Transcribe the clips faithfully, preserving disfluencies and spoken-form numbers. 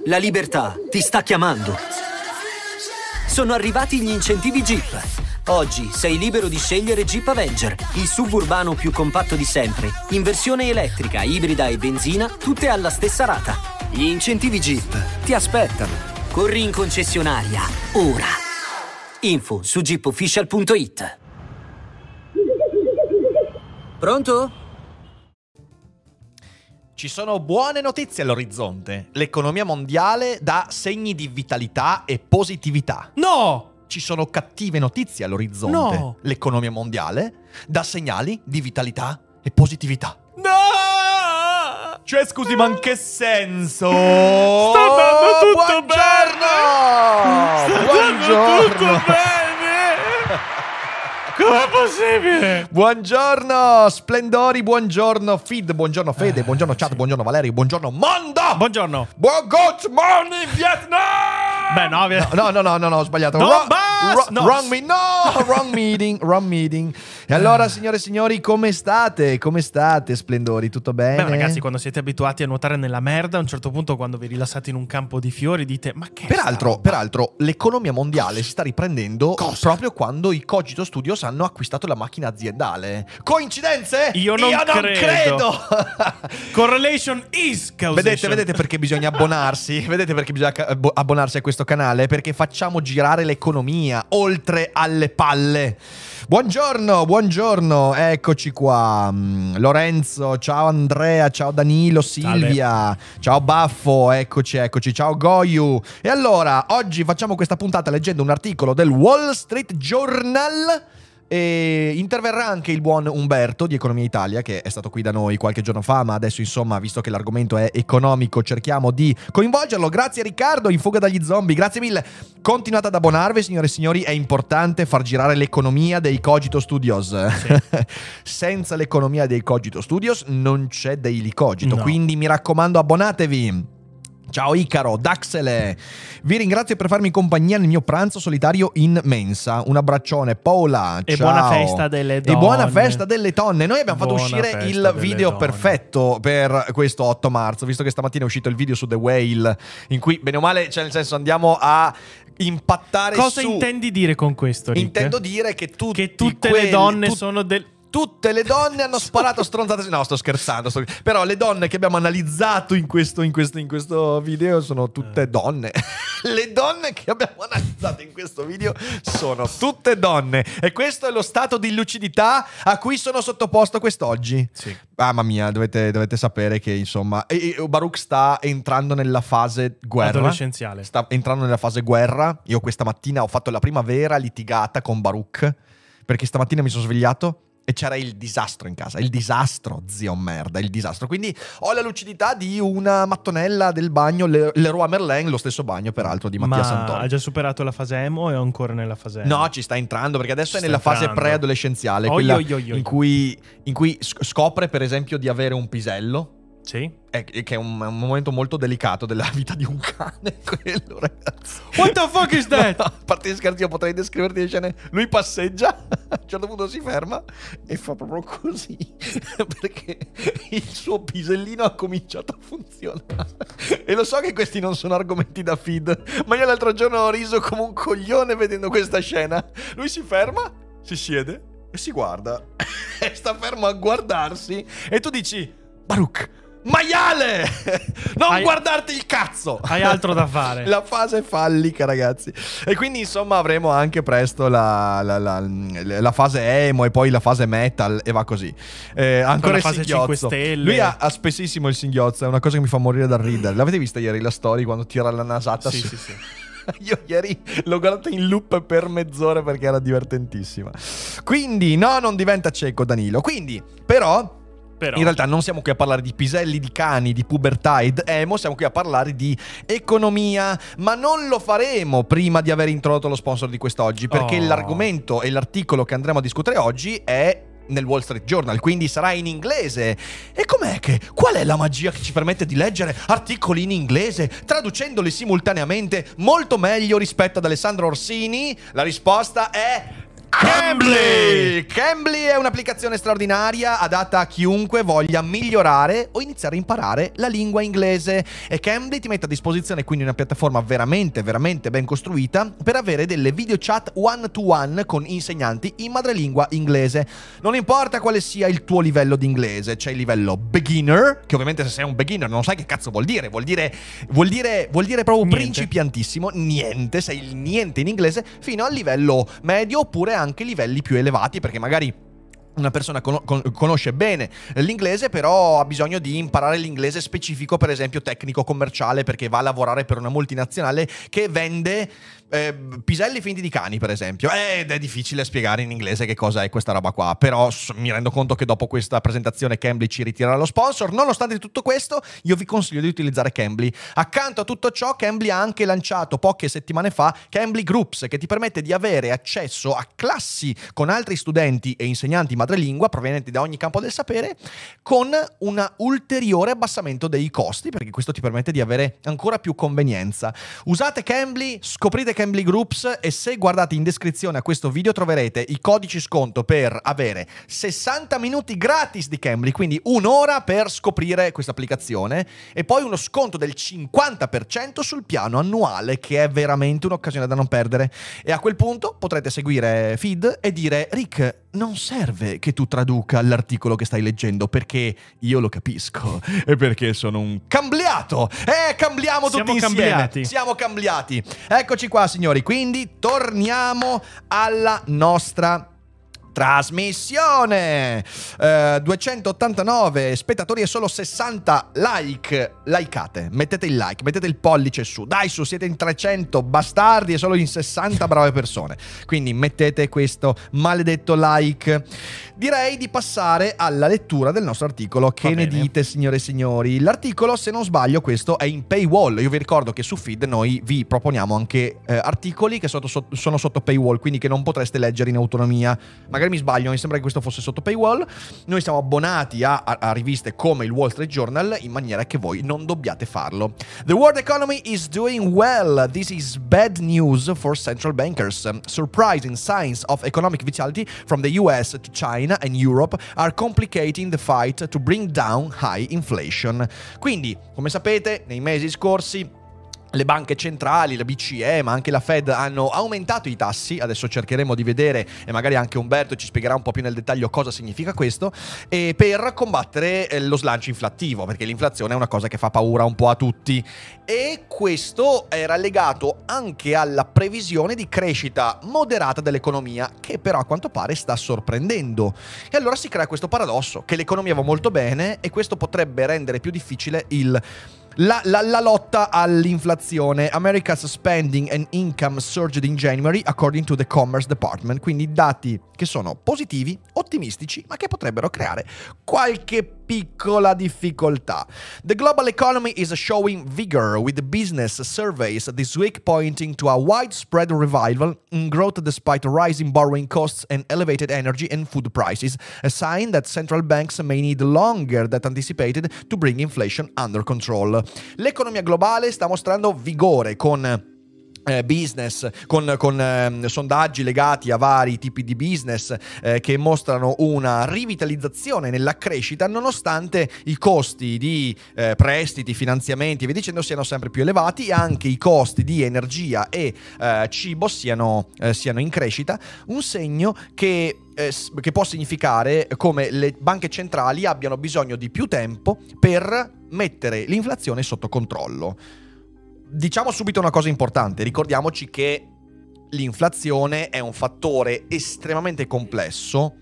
La libertà ti sta chiamando. Sono arrivati gli incentivi Jeep. Oggi sei libero di scegliere Jeep Avenger, il suburbano più compatto di sempre, in versione elettrica, ibrida e benzina, tutte alla stessa rata. Gli incentivi Jeep ti aspettano. Corri in concessionaria, ora. Info su jeep official punto it. Pronto? Ci sono buone notizie all'orizzonte. L'economia mondiale dà segni di vitalità e positività. No! Ci sono cattive notizie all'orizzonte. No! L'economia mondiale dà segnali di vitalità e positività. No! Cioè, scusi, ma in che senso? Sta andando tutto Buongiorno! bene! Sta Buongiorno! andando tutto bene! Com'è possibile? Buongiorno Splendori, buongiorno Fid, buongiorno Fede, buongiorno Chat, sì. Buongiorno Valerio, buongiorno Mondo! Buongiorno! Buon good morning Vietnam! Beh, no, vi- no, no, no, no, no, ho sbagliato. No, wrong, basta, wrong, no. wrong me- no, wrong meeting, wrong meeting. E allora, signore e signori, come state? Come state, Splendori? Tutto bene? Beh, ragazzi, quando siete abituati a nuotare nella merda, a un certo punto, quando vi rilassate in un campo di fiori, dite: ma che Peraltro, peraltro l'economia mondiale si sta riprendendo Cosa? proprio quando i Cogito Studios hanno acquistato la macchina aziendale. Coincidenze? Io non Io non credo. credo. Correlation is causation. Vedete, vedete perché bisogna abbonarsi? Vedete perché bisogna ca- abbonarsi a questo canale? Perché facciamo girare l'economia oltre alle palle. Buongiorno, buongiorno, eccoci qua. Lorenzo, ciao Andrea, ciao Danilo, Silvia, Salve. Ciao Baffo, eccoci, eccoci, ciao Goyu. E allora, oggi facciamo questa puntata leggendo un articolo del Wall Street Journal. E interverrà anche il buon Umberto di Economia Italia, che è stato qui da noi qualche giorno fa, ma adesso insomma, visto che l'argomento è economico, cerchiamo di coinvolgerlo. Grazie Riccardo, in fuga dagli zombie, grazie mille. Continuate ad abbonarvi, signore e signori, è importante far girare l'economia dei Cogito Studios. Sì. Senza l'economia dei Cogito Studios non c'è Daily Cogito, no. Quindi mi raccomando, abbonatevi. Ciao Icaro, Daxele, vi ringrazio per farmi compagnia nel mio pranzo solitario in mensa. Un abbraccione, Paola, e ciao. buona festa delle donne. E buona festa delle donne. Noi abbiamo buona fatto uscire il video donne. perfetto per questo otto marzo, visto che stamattina è uscito il video su The Whale, in cui bene o male, cioè nel senso andiamo a impattare Cosa su... intendi dire con questo, Rick? Intendo dire che, tutti che tutte quelli, le donne tu... sono del... Tutte le donne hanno sparato stronzate. No, sto scherzando, sto... Però le donne che abbiamo analizzato in questo, in questo, in questo video sono tutte donne. Le donne che abbiamo analizzato in questo video sono tutte donne. E questo è lo stato di lucidità a cui sono sottoposto quest'oggi. Sì. Mamma mia, dovete, dovete sapere che insomma e, e Baruch sta entrando nella fase guerra. Adolescenziale. Sta entrando nella fase guerra. Io questa mattina ho fatto la prima vera litigata con Baruch, perché stamattina mi sono svegliato e c'era il disastro in casa, il disastro, zio merda, il disastro. Quindi ho la lucidità di una mattonella del bagno, Le- Leroy Merlin, lo stesso bagno peraltro di Mattia Ma Santoro. ha già superato la fase emo o è ancora nella fase emo? No, ci sta entrando perché adesso Ci è sta nella fase entrando. preadolescenziale, Oi, quella oi, oi, oi. in cui, in cui sc- scopre per esempio di avere un pisello. Sì. È, che è un, un momento molto delicato della vita di un cane, quello, ragazzi. What the fuck is that? No, a parte gli scherzi, io potrei descriverti le scene. Lui passeggia, a un certo punto si ferma e fa proprio così, perché il suo pisellino ha cominciato a funzionare. E lo so che questi non sono argomenti da feed, ma io l'altro giorno ho riso come un coglione vedendo questa scena. Lui si ferma, si siede e si guarda e sta fermo a guardarsi. E tu dici: Baruch, maiale! Non hai, guardarti il cazzo! Hai altro da fare. La fase fallica, ragazzi. E quindi insomma avremo anche presto la, la, la, la fase emo e poi la fase metal e va così. eh, Ancora la il fase singhiozzo. cinque stelle. Lui ha, ha spessissimo il singhiozzo. È una cosa che mi fa morire dal ridere. L'avete vista ieri la story quando tira la nasata? Sì, su? sì, sì. Io ieri l'ho guardata in loop per mezz'ora perché era divertentissima. Quindi no, non diventa cieco Danilo. Quindi però Però. in realtà non siamo qui a parlare di piselli, di cani, di pubertà ed emo, siamo qui a parlare di economia, ma non lo faremo prima di aver introdotto lo sponsor di quest'oggi, perché Oh. l'argomento e l'articolo che andremo a discutere oggi è nel Wall Street Journal, quindi sarà in inglese. E com'è che? Qual è la magia che ci permette di leggere articoli in inglese, traducendoli simultaneamente molto meglio rispetto ad Alessandro Orsini? La risposta è Cambly! Cambly è un'applicazione straordinaria adatta a chiunque voglia migliorare o iniziare a imparare la lingua inglese. E Cambly ti mette a disposizione quindi una piattaforma veramente, veramente ben costruita per avere delle video chat one to one con insegnanti in madrelingua inglese. Non importa quale sia il tuo livello di inglese, c'è il livello beginner, che ovviamente se sei un beginner non sai che cazzo vuol dire, vuol dire, vuol dire, vuol dire proprio Niente. principiantissimo, niente, sei il niente in inglese, fino al livello medio oppure anche livelli più elevati, perché magari una persona con- con- conosce bene l'inglese, però ha bisogno di imparare l'inglese specifico, per esempio tecnico commerciale, perché va a lavorare per una multinazionale che vende eh, piselli finti di cani, per esempio. Ed è difficile spiegare in inglese che cosa è questa roba qua, però s- mi rendo conto che dopo questa presentazione Cambly ci ritirerà lo sponsor. Nonostante tutto questo, io vi consiglio di utilizzare Cambly. Accanto a tutto ciò, Cambly ha anche lanciato poche settimane fa Cambly Groups, che ti permette di avere accesso a classi con altri studenti e insegnanti madrelingua provenienti da ogni campo del sapere, con un ulteriore abbassamento dei costi, perché questo ti permette di avere ancora più convenienza. Usate Cambly, scoprite Cambly Groups, e se guardate in descrizione a questo video troverete i codici sconto per avere sessanta minuti gratis di Cambly, quindi un'ora per scoprire questa applicazione, e poi uno sconto del cinquanta per cento sul piano annuale, che è veramente un'occasione da non perdere. E a quel punto potrete seguire Feed e dire: Rick, non serve che tu traduca l'articolo che stai leggendo, perché io lo capisco e perché sono un cambiato. Eh, cambiamo tutti Siamo insieme. cambiati. Siamo cambiati. Eccoci qua, signori. Quindi torniamo alla nostra trasmissione. eh, duecentottantanove spettatori e solo sessanta like. Likeate, mettete il like, mettete il pollice su. Dai, su, siete in trecento bastardi e solo in sessanta brave persone. Quindi mettete questo maledetto like. Direi di passare alla lettura del nostro articolo. Che Va ne bene. dite, signore e signori? L'articolo, se non sbaglio, questo è in paywall. Io vi ricordo che su Feed noi vi proponiamo anche eh, articoli che sotto- sotto- sono sotto paywall, quindi che non potreste leggere in autonomia. Magari mi sbaglio, mi sembra che questo fosse sotto paywall. Noi siamo abbonati a, a, a riviste come il Wall Street Journal, in maniera che voi non dobbiate farlo. The world economy is doing well. This is bad news for central bankers. Surprising signs of economic vitality from the U S to China and Europe are complicating the fight to bring down high inflation. Quindi, come sapete, nei mesi scorsi le banche centrali, la B C E, ma anche la Fed hanno aumentato i tassi. Adesso cercheremo di vedere, e magari anche Umberto ci spiegherà un po' più nel dettaglio cosa significa questo, e per combattere eh, lo slancio inflattivo, perché l'inflazione è una cosa che fa paura un po' a tutti. E questo era legato anche alla previsione di crescita moderata dell'economia, che però a quanto pare sta sorprendendo. E allora si crea questo paradosso, che l'economia va molto bene e questo potrebbe rendere più difficile il La, la, la lotta all'inflazione. America's spending and income surged in January according to the Commerce Department. Quindi dati che sono positivi, ottimistici, ma che potrebbero creare qualche piccola difficoltà. The global economy is showing vigor, with business surveys this week pointing to a widespread revival in growth despite rising borrowing costs and elevated energy and food prices, a sign that central banks may need longer than anticipated to bring inflation under control. L'economia globale sta mostrando vigore con Eh, business, con, con eh, sondaggi legati a vari tipi di business eh, che mostrano una rivitalizzazione nella crescita, nonostante i costi di eh, prestiti, finanziamenti e via dicendo siano sempre più elevati, e anche i costi di energia e eh, cibo siano, eh, siano in crescita, un segno che Eh, che può significare come le banche centrali abbiano bisogno di più tempo per mettere l'inflazione sotto controllo. Diciamo subito una cosa importante: ricordiamoci che l'inflazione è un fattore estremamente complesso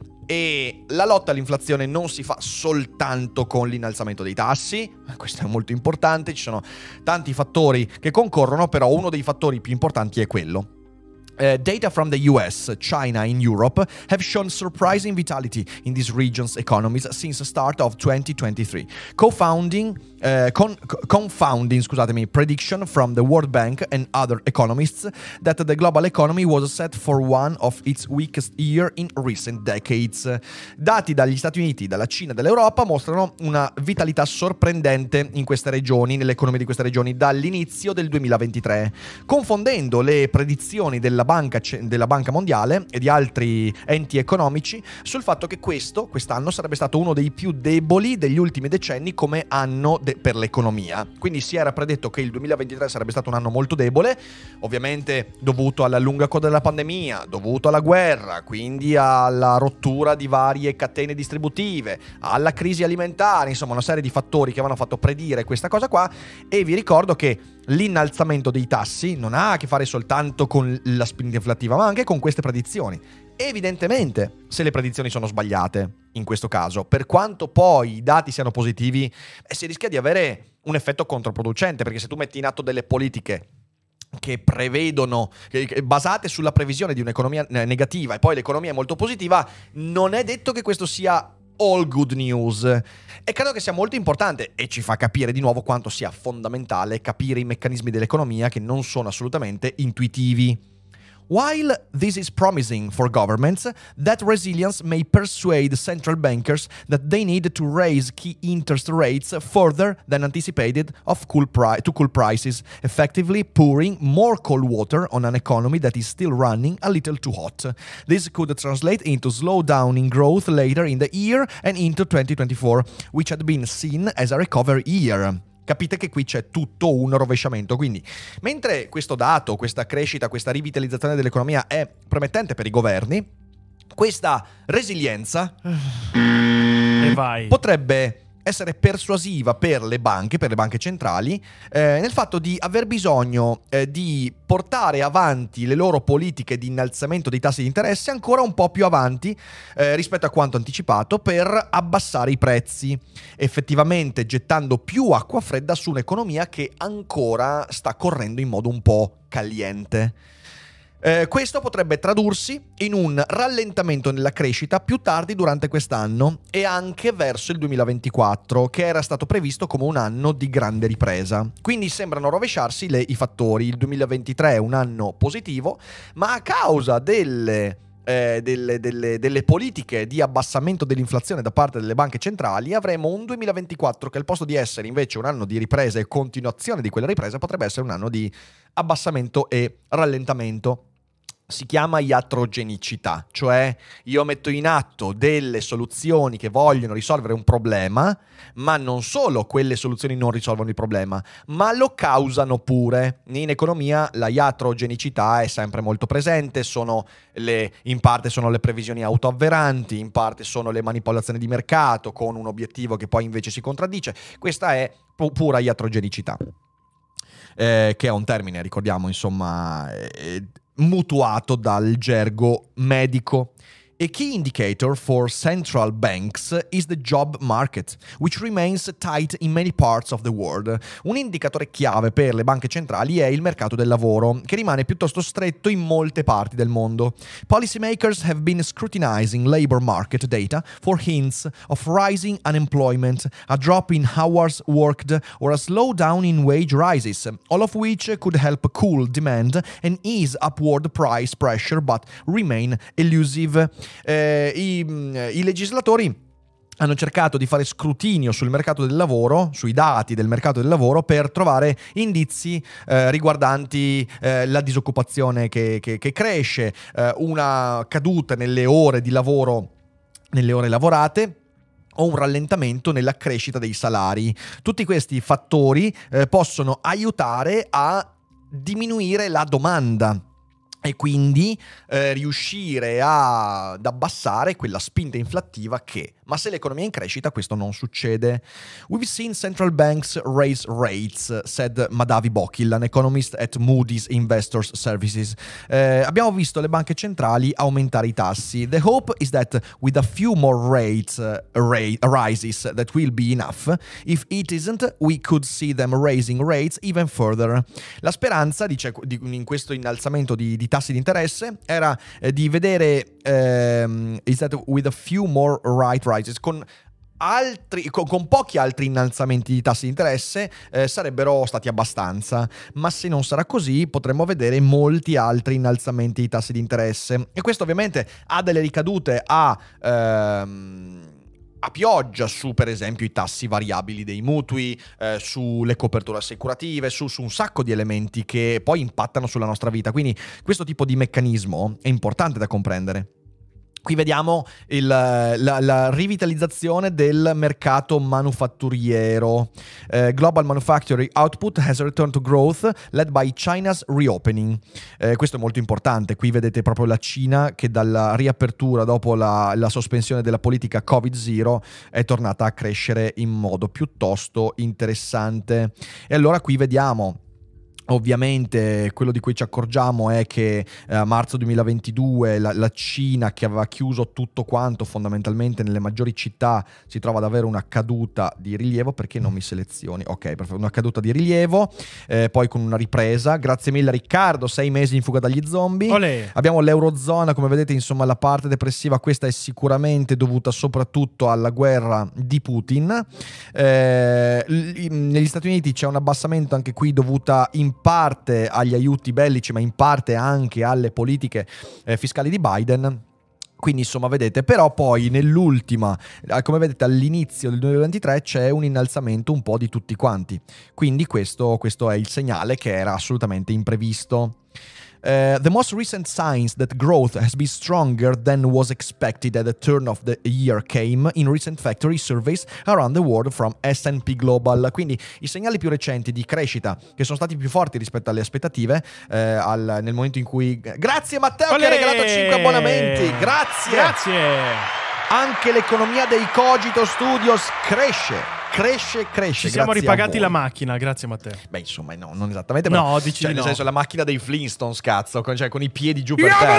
e la lotta all'inflazione non si fa soltanto con l'innalzamento dei tassi. Questo è molto importante, ci sono tanti fattori che concorrono, però uno dei fattori più importanti è quello. Uh, data from the U S, China and Europe have shown surprising vitality in these regions' economies since the start of twenty twenty-three, co-founding, uh, con- confounding scusatemi, prediction from the World Bank and other economists that the global economy was set for one of its weakest year in recent decades. Dati dagli Stati Uniti, dalla Cina e dall'Europa mostrano una vitalità sorprendente in queste regioni, nell'economia di queste regioni, dall'inizio del duemilaventitré, confondendo le predizioni della della banca, della Banca Mondiale e di altri enti economici sul fatto che questo, quest'anno, sarebbe stato uno dei più deboli degli ultimi decenni come anno de- per l'economia. Quindi si era predetto che il duemilaventitré sarebbe stato un anno molto debole, ovviamente dovuto alla lunga coda della pandemia, dovuto alla guerra, quindi alla rottura di varie catene distributive, alla crisi alimentare, insomma una serie di fattori che avevano fatto predire questa cosa qua. E vi ricordo che l'innalzamento dei tassi non ha a che fare soltanto con la spinta inflattiva, ma anche con queste predizioni. Evidentemente, se le predizioni sono sbagliate, in questo caso, per quanto poi i dati siano positivi, eh, si rischia di avere un effetto controproducente, perché se tu metti in atto delle politiche che prevedono, che, che, basate sulla previsione di un'economia negativa e poi l'economia è molto positiva, non è detto che questo sia all good news. E credo che sia molto importante e ci fa capire di nuovo quanto sia fondamentale capire i meccanismi dell'economia che non sono assolutamente intuitivi. While this is promising for governments, that resilience may persuade central bankers that they need to raise key interest rates further than anticipated of cool pri- to cool prices, effectively pouring more cold water on an economy that is still running a little too hot. This could translate into slowdown in growth later in the year and into twenty twenty-four, which had been seen as a recovery year. Capite che qui c'è tutto un rovesciamento. Quindi, mentre questo dato, questa crescita, questa rivitalizzazione dell'economia è promettente per i governi, questa resilienza e vai. potrebbe essere persuasiva per le banche, per le banche centrali, eh, nel fatto di aver bisogno eh, di portare avanti le loro politiche di innalzamento dei tassi di interesse ancora un po' più avanti eh, rispetto a quanto anticipato, per abbassare i prezzi, effettivamente gettando più acqua fredda su un'economia che ancora sta correndo in modo un po' caliente. Eh, questo potrebbe tradursi in un rallentamento nella crescita più tardi durante quest'anno e anche verso il duemilaventiquattro, che era stato previsto come un anno di grande ripresa. Quindi sembrano rovesciarsi le, i fattori. Il duemilaventitré è un anno positivo, ma a causa delle, eh, delle, delle, delle politiche di abbassamento dell'inflazione da parte delle banche centrali, avremo un duemilaventiquattro che al posto di essere invece un anno di ripresa e continuazione di quella ripresa potrebbe essere un anno di abbassamento e rallentamento. Si chiama iatrogenicità, cioè io metto in atto delle soluzioni che vogliono risolvere un problema, ma non solo quelle soluzioni non risolvono il problema, ma lo causano pure. In economia la iatrogenicità è sempre molto presente, sono le, in parte sono le previsioni autoavveranti, in parte sono le manipolazioni di mercato con un obiettivo che poi invece si contraddice. Questa è pu- pura iatrogenicità, eh, che è un termine, ricordiamo, insomma, eh, mutuato dal gergo medico. A key indicator for central banks is the job market, which remains tight in many parts of the world. Un indicatore chiave per le banche centrali è il mercato del lavoro, che rimane piuttosto stretto in molte parti del mondo. Policymakers have been scrutinizing labor market data for hints of rising unemployment, a drop in hours worked, or a slowdown in wage rises, all of which could help cool demand and ease upward price pressure but remain elusive. Eh, i, i legislatori hanno cercato di fare scrutinio sul mercato del lavoro, sui dati del mercato del lavoro, per trovare indizi eh, riguardanti eh, la disoccupazione che, che, che cresce, eh, una caduta nelle ore di lavoro, nelle ore lavorate, o un rallentamento nella crescita dei salari. Tutti questi fattori eh, possono aiutare a diminuire la domanda e quindi eh, riuscire a, ad abbassare quella spinta inflattiva che, ma se l'economia è in crescita questo non succede. We've seen central banks raise rates, said Madhavi Bokil, an economist at Moody's Investors Services. Eh, abbiamo visto le banche centrali aumentare i tassi. The hope is that with a few more rates uh, rate, rises that will be enough. If it isn't, we could see them raising rates even further. La speranza, dice, di, in questo innalzamento di, di tassi di interesse era eh, di vedere ehm, is that with a few more rate rises, con altri con, con pochi altri innalzamenti di tassi di interesse eh, sarebbero stati abbastanza, ma se non sarà così potremmo vedere molti altri innalzamenti di tassi di interesse, e questo ovviamente ha delle ricadute a ehm, a pioggia su per esempio i tassi variabili dei mutui, eh, sulle coperture assicurative, su, su un sacco di elementi che poi impattano sulla nostra vita. Quindi questo tipo di meccanismo è importante da comprendere. Qui vediamo il, la, la rivitalizzazione del mercato manufatturiero. Uh, global manufacturing output has returned to growth led by China's reopening. Uh, questo è molto importante. Qui vedete proprio la Cina che dalla riapertura dopo la, la sospensione della politica covid zero è tornata a crescere in modo piuttosto interessante. E allora qui vediamo... Ovviamente quello di cui ci accorgiamo è che a eh, marzo duemilaventidue la, la Cina, che aveva chiuso tutto quanto fondamentalmente nelle maggiori città, si trova ad avere una caduta di rilievo. Perché non mi selezioni? Ok, perfetto, una caduta di rilievo, eh, poi con una ripresa. Grazie mille Riccardo, sei mesi in fuga dagli zombie. Olè. Abbiamo l'Eurozona, come vedete, insomma la parte depressiva, questa è sicuramente dovuta soprattutto alla guerra di Putin. Eh, negli Stati Uniti c'è un abbassamento anche qui dovuta in parte agli aiuti bellici, ma in parte anche alle politiche eh, fiscali di Biden. Quindi insomma vedete, però poi nell'ultima, come vedete all'inizio del duemilaventitré c'è un innalzamento un po' di tutti quanti. Quindi questo, questo è il segnale che era assolutamente imprevisto. Uh, the most recent signs that growth has been stronger than was expected at the turn of the year came in recent factory surveys around the world from S and P Global. Quindi i segnali più recenti di crescita che sono stati più forti rispetto alle aspettative eh, al, nel momento in cui... Grazie Matteo Olè! Che ha regalato cinque abbonamenti, grazie! Grazie! Anche l'economia dei Cogito Studios cresce. Cresce, cresce. Ci siamo ripagati la macchina, grazie Matteo. Beh, insomma, no, non esattamente. No, però, dici cioè, di nel no. senso, la macchina dei Flintstones, cazzo, con, cioè, con i piedi giù per terra.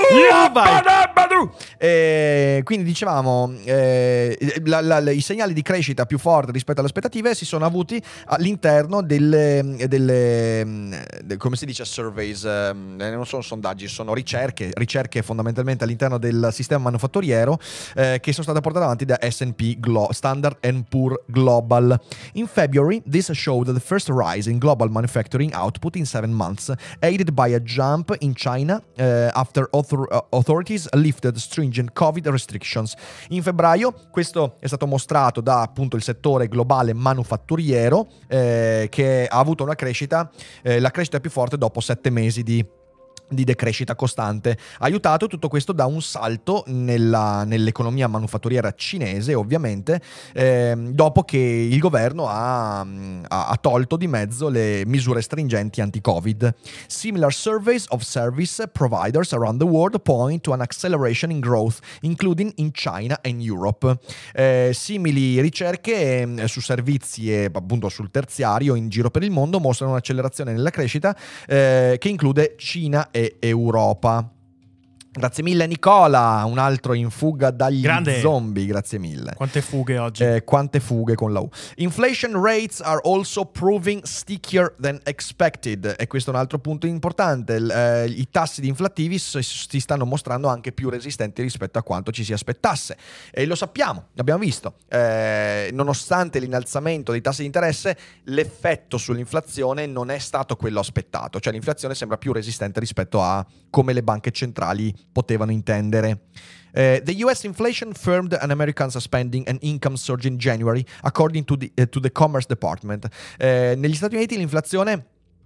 E quindi dicevamo, eh, la, la, la, i segnali di crescita più forti rispetto alle aspettative si sono avuti all'interno delle, delle de, come si dice, surveys, eh, non sono sondaggi, sono ricerche, ricerche fondamentalmente all'interno del sistema manufatturiero eh, che sono state portate avanti da S and P Glo- Standard and Poor Global. In February, this showed the first rise in global manufacturing output in seven months, aided by a jump in China uh, after author- uh, authorities lifted stringent Covid restrictions. In febbraio, questo è stato mostrato da appunto il settore globale manufatturiero eh, che ha avuto una crescita, eh, la crescita più forte dopo sette mesi di di decrescita costante, aiutato tutto questo da un salto nella, nell'economia manufatturiera cinese, ovviamente, ehm, dopo che il governo ha, ha, ha tolto di mezzo le misure stringenti anti-Covid. Similar surveys of service providers around the world point to an acceleration in growth, including in China and Europe. Eh, simili ricerche eh, su servizi e appunto sul terziario in giro per il mondo mostrano un'accelerazione nella crescita eh, che include Cina e Europa. Grazie mille Nicola, un altro in fuga dagli Grande. zombie, grazie mille. Quante fughe oggi. Eh, quante fughe con la U. Inflation rates are also proving stickier than expected, e questo è un altro punto importante. Eh, I tassi di inflattivi si stanno mostrando anche più resistenti rispetto a quanto ci si aspettasse, e lo sappiamo, l'abbiamo visto. Eh, nonostante l'innalzamento dei tassi di interesse, l'effetto sull'inflazione non è stato quello aspettato, cioè l'inflazione sembra più resistente rispetto a come le banche centrali potevano intendere. Uh, the U S inflation firmed an American's spending and income surge in January, according to the, uh, to the Commerce Department. Uh, negli Stati Uniti l'inflazione,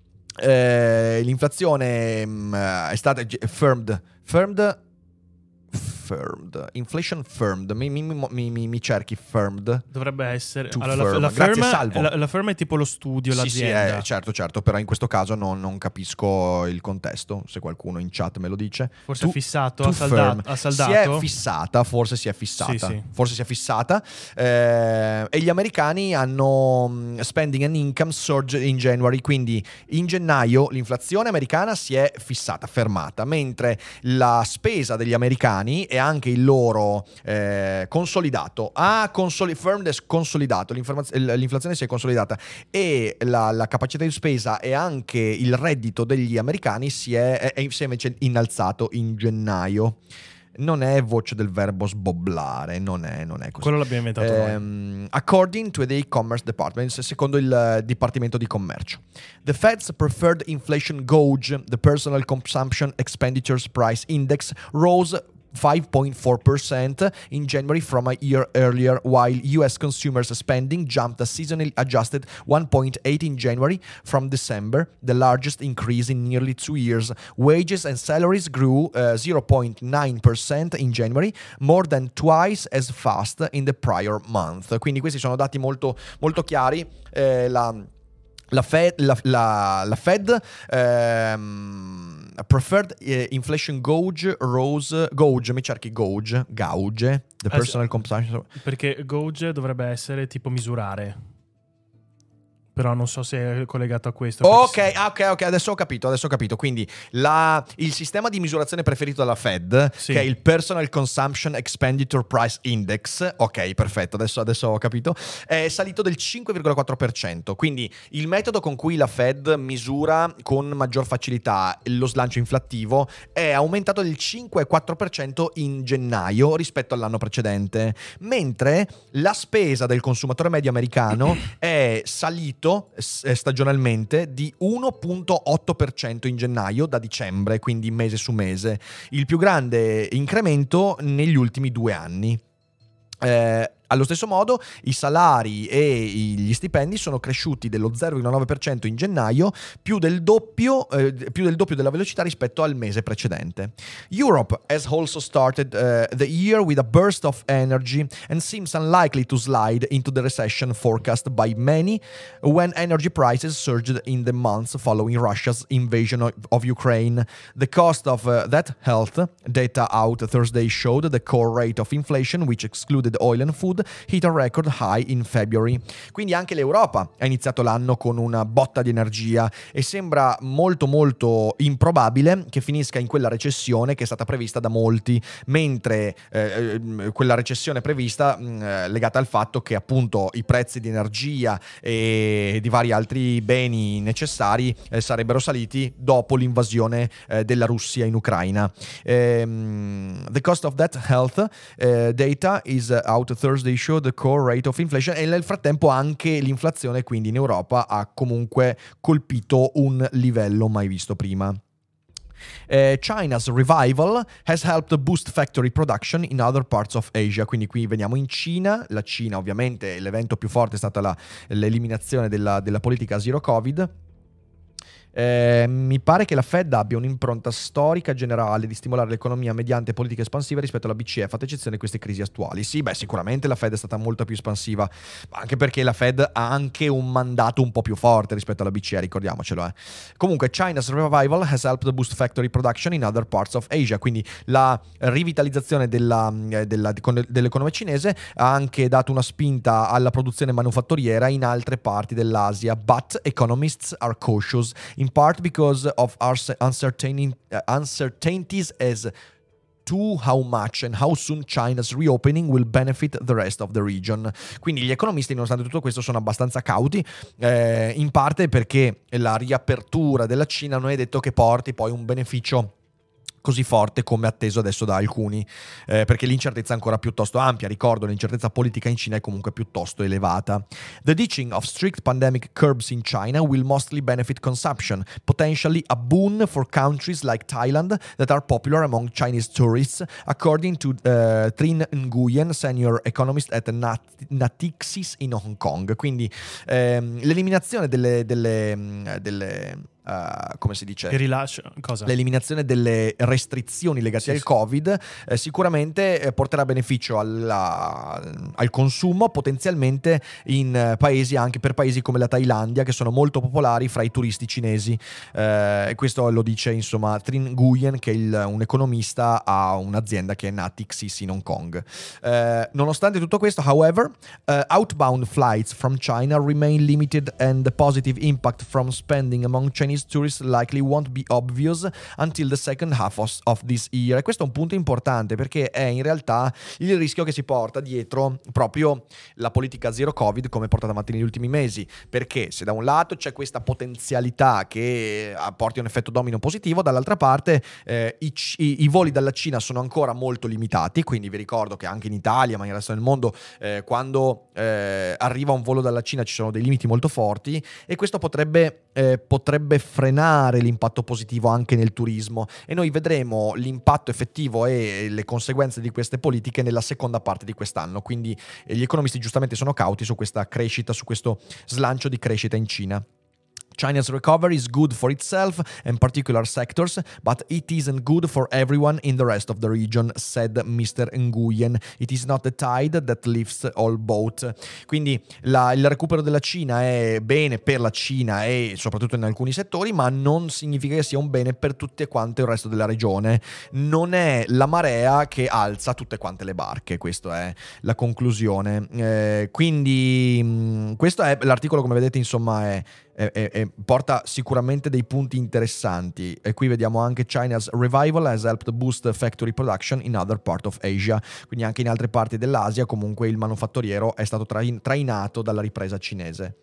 uh, l'inflazione um, è stata firmed, firmed, firmed, inflation firmed. Mi, mi, mi, mi, mi cerchi firmed? Dovrebbe essere. To allora, firm. la, la, Grazie, firma, Salvo. la, la firma è tipo lo studio, Sì, l'azienda. sì, eh, certo, certo, però in questo caso non, non capisco il contesto, se qualcuno in chat me lo dice. Forse To- è fissato, to ha, saldato, firm. ha saldato. Si è fissata, forse si è fissata, Sì, sì. forse si è fissata, eh, e gli americani hanno mm, spending and income surge in January, quindi in gennaio l'inflazione americana si è fissata, fermata, mentre la spesa degli americani e anche il loro eh, consolidato ha consoli- firmed e consolidato, l'inflazione si è consolidata, e la, la capacità di spesa e anche il reddito degli americani si è, è, è si è invece innalzato in gennaio. Non è voce del verbo sbobblare, non è, non è così. Quello l'abbiamo inventato um, noi. According to the Commerce Department, secondo il uh, Dipartimento di Commercio. The Fed's preferred inflation gauge, the Personal Consumption Expenditures Price Index, rose five point four percent in January from a year earlier, while U S consumers spending jumped a seasonally adjusted one point eight in January from December, the largest increase in nearly two years. Wages and salaries grew uh, zero point nine percent in January, more than twice as fast in the prior month. Quindi questi sono dati molto, molto chiari. Eh, la, la Fed, la, la, la Fed ehm, preferred eh, inflation gauge rose, gauge, mi cerchi gauge, gauge, the personal consumption. Perché gauge dovrebbe essere tipo misurare. Però non so se è collegato a questo. Ok, ah, ok, ok, adesso ho capito, adesso ho capito. Quindi la, il sistema di misurazione preferito dalla Fed, sì, che è il Personal Consumption Expenditure Price Index, ok, perfetto, adesso, adesso ho capito, è salito del cinque virgola quattro per cento. Quindi il metodo con cui la Fed misura con maggior facilità lo slancio inflattivo è aumentato del cinque virgola quattro per cento in gennaio rispetto all'anno precedente, mentre la spesa del consumatore medio americano è salito stagionalmente di uno virgola otto per cento in gennaio da dicembre, quindi mese su mese, il più grande incremento negli ultimi due anni. Eh, Allo stesso modo, i salari e gli stipendi sono cresciuti dello zero virgola nove per cento in gennaio, più del doppio, eh, più del doppio della velocità rispetto al mese precedente. Europe has also started uh, the year with a burst of energy and seems unlikely to slide into the recession forecast by many when energy prices surged in the months following Russia's invasion of, of Ukraine. The cost of uh, that health data out Thursday showed the core rate of inflation, which excluded oil and food, hit a record high in February. Quindi anche l'Europa ha iniziato l'anno con una botta di energia e sembra molto molto improbabile che finisca in quella recessione che è stata prevista da molti, mentre eh, quella recessione prevista mh, legata al fatto che appunto i prezzi di energia e di vari altri beni necessari eh, sarebbero saliti dopo l'invasione eh, della Russia in Ucraina. Um, the cost of that health uh, data is out Thursday show the core rate of inflation, e nel frattempo anche l'inflazione quindi in Europa ha comunque colpito un livello mai visto prima. Uh, China's revival has helped boost factory production in other parts of Asia. Quindi qui veniamo in Cina. La Cina, ovviamente, l'evento più forte è stata la, l'eliminazione della, della politica zero Covid. Eh, mi pare che la Fed abbia un'impronta storica generale di stimolare l'economia mediante politiche espansive rispetto alla B C E, fatta eccezione di queste crisi attuali. Sì, beh, sicuramente la Fed è stata molto più espansiva, anche perché la Fed ha anche un mandato un po' più forte rispetto alla B C E, ricordiamocelo. Eh. Comunque, China's revival has helped boost factory production in other parts of Asia, quindi la rivitalizzazione della, della, dell'economia cinese ha anche dato una spinta alla produzione manufatturiera in altre parti dell'Asia, but economists are cautious, in part because of our uncertain, uh, uncertainties as to how much and how soon China's reopening will benefit the rest of the region. Quindi gli economisti, nonostante tutto questo, sono abbastanza cauti, eh, in parte perché la riapertura della Cina non è detto che porti poi un beneficio così forte come atteso adesso da alcuni, eh, perché l'incertezza è ancora piuttosto ampia. Ricordo, l'incertezza politica in Cina è comunque piuttosto elevata. The ditching of strict pandemic curbs in China will mostly benefit consumption, potentially a boon for countries like Thailand that are popular among Chinese tourists, according to uh, Trinh Nguyen, senior economist at Nat- Natixis in Hong Kong. Quindi ehm, l'eliminazione delle, delle, delle Uh, come si dice? Il rilascio, cosa? L'eliminazione delle restrizioni legate sì, al Covid eh, sicuramente eh, porterà beneficio alla, al consumo, potenzialmente in eh, paesi, anche per paesi come la Thailandia, che sono molto popolari fra i turisti cinesi. Eh, e questo lo dice insomma Trinh Nguyen, che è il, un economista a un'azienda che è Natixis in Hong Kong. Eh, nonostante tutto questo, however, uh, outbound flights from China remain limited, and the positive impact from spending among Chinese tourists likely won't be obvious until the second half of, of this year. E questo è un punto importante, perché è in realtà il rischio che si porta dietro proprio la politica zero Covid come portata avanti negli ultimi mesi, perché se da un lato c'è questa potenzialità che porti un effetto domino positivo, dall'altra parte eh, i, i, i voli dalla Cina sono ancora molto limitati. Quindi vi ricordo che anche in Italia, ma nel resto del mondo, eh, quando eh, arriva un volo dalla Cina ci sono dei limiti molto forti, e questo potrebbe eh, potrebbe frenare l'impatto positivo anche nel turismo, e noi vedremo l'impatto effettivo e le conseguenze di queste politiche nella seconda parte di quest'anno. Quindi eh, gli economisti giustamente sono cauti su questa crescita, su questo slancio di crescita in Cina. China's recovery is good for itself and particular sectors, but it isn't good for everyone in the rest of the region, said mister Nguyen. It is not the tide that lifts all boat. Quindi la, il recupero della Cina è bene per la Cina e soprattutto in alcuni settori, ma non significa che sia un bene per tutte quante il resto della regione. Non è la marea che alza tutte quante le barche, questa è la conclusione. Eh, quindi mh, questo è l'articolo, come vedete, insomma è E, e, porta sicuramente dei punti interessanti. E qui vediamo anche China's revival has helped boost factory production in other part of Asia, quindi anche in altre parti dell'Asia comunque il manufatturiero è stato train- trainato dalla ripresa cinese.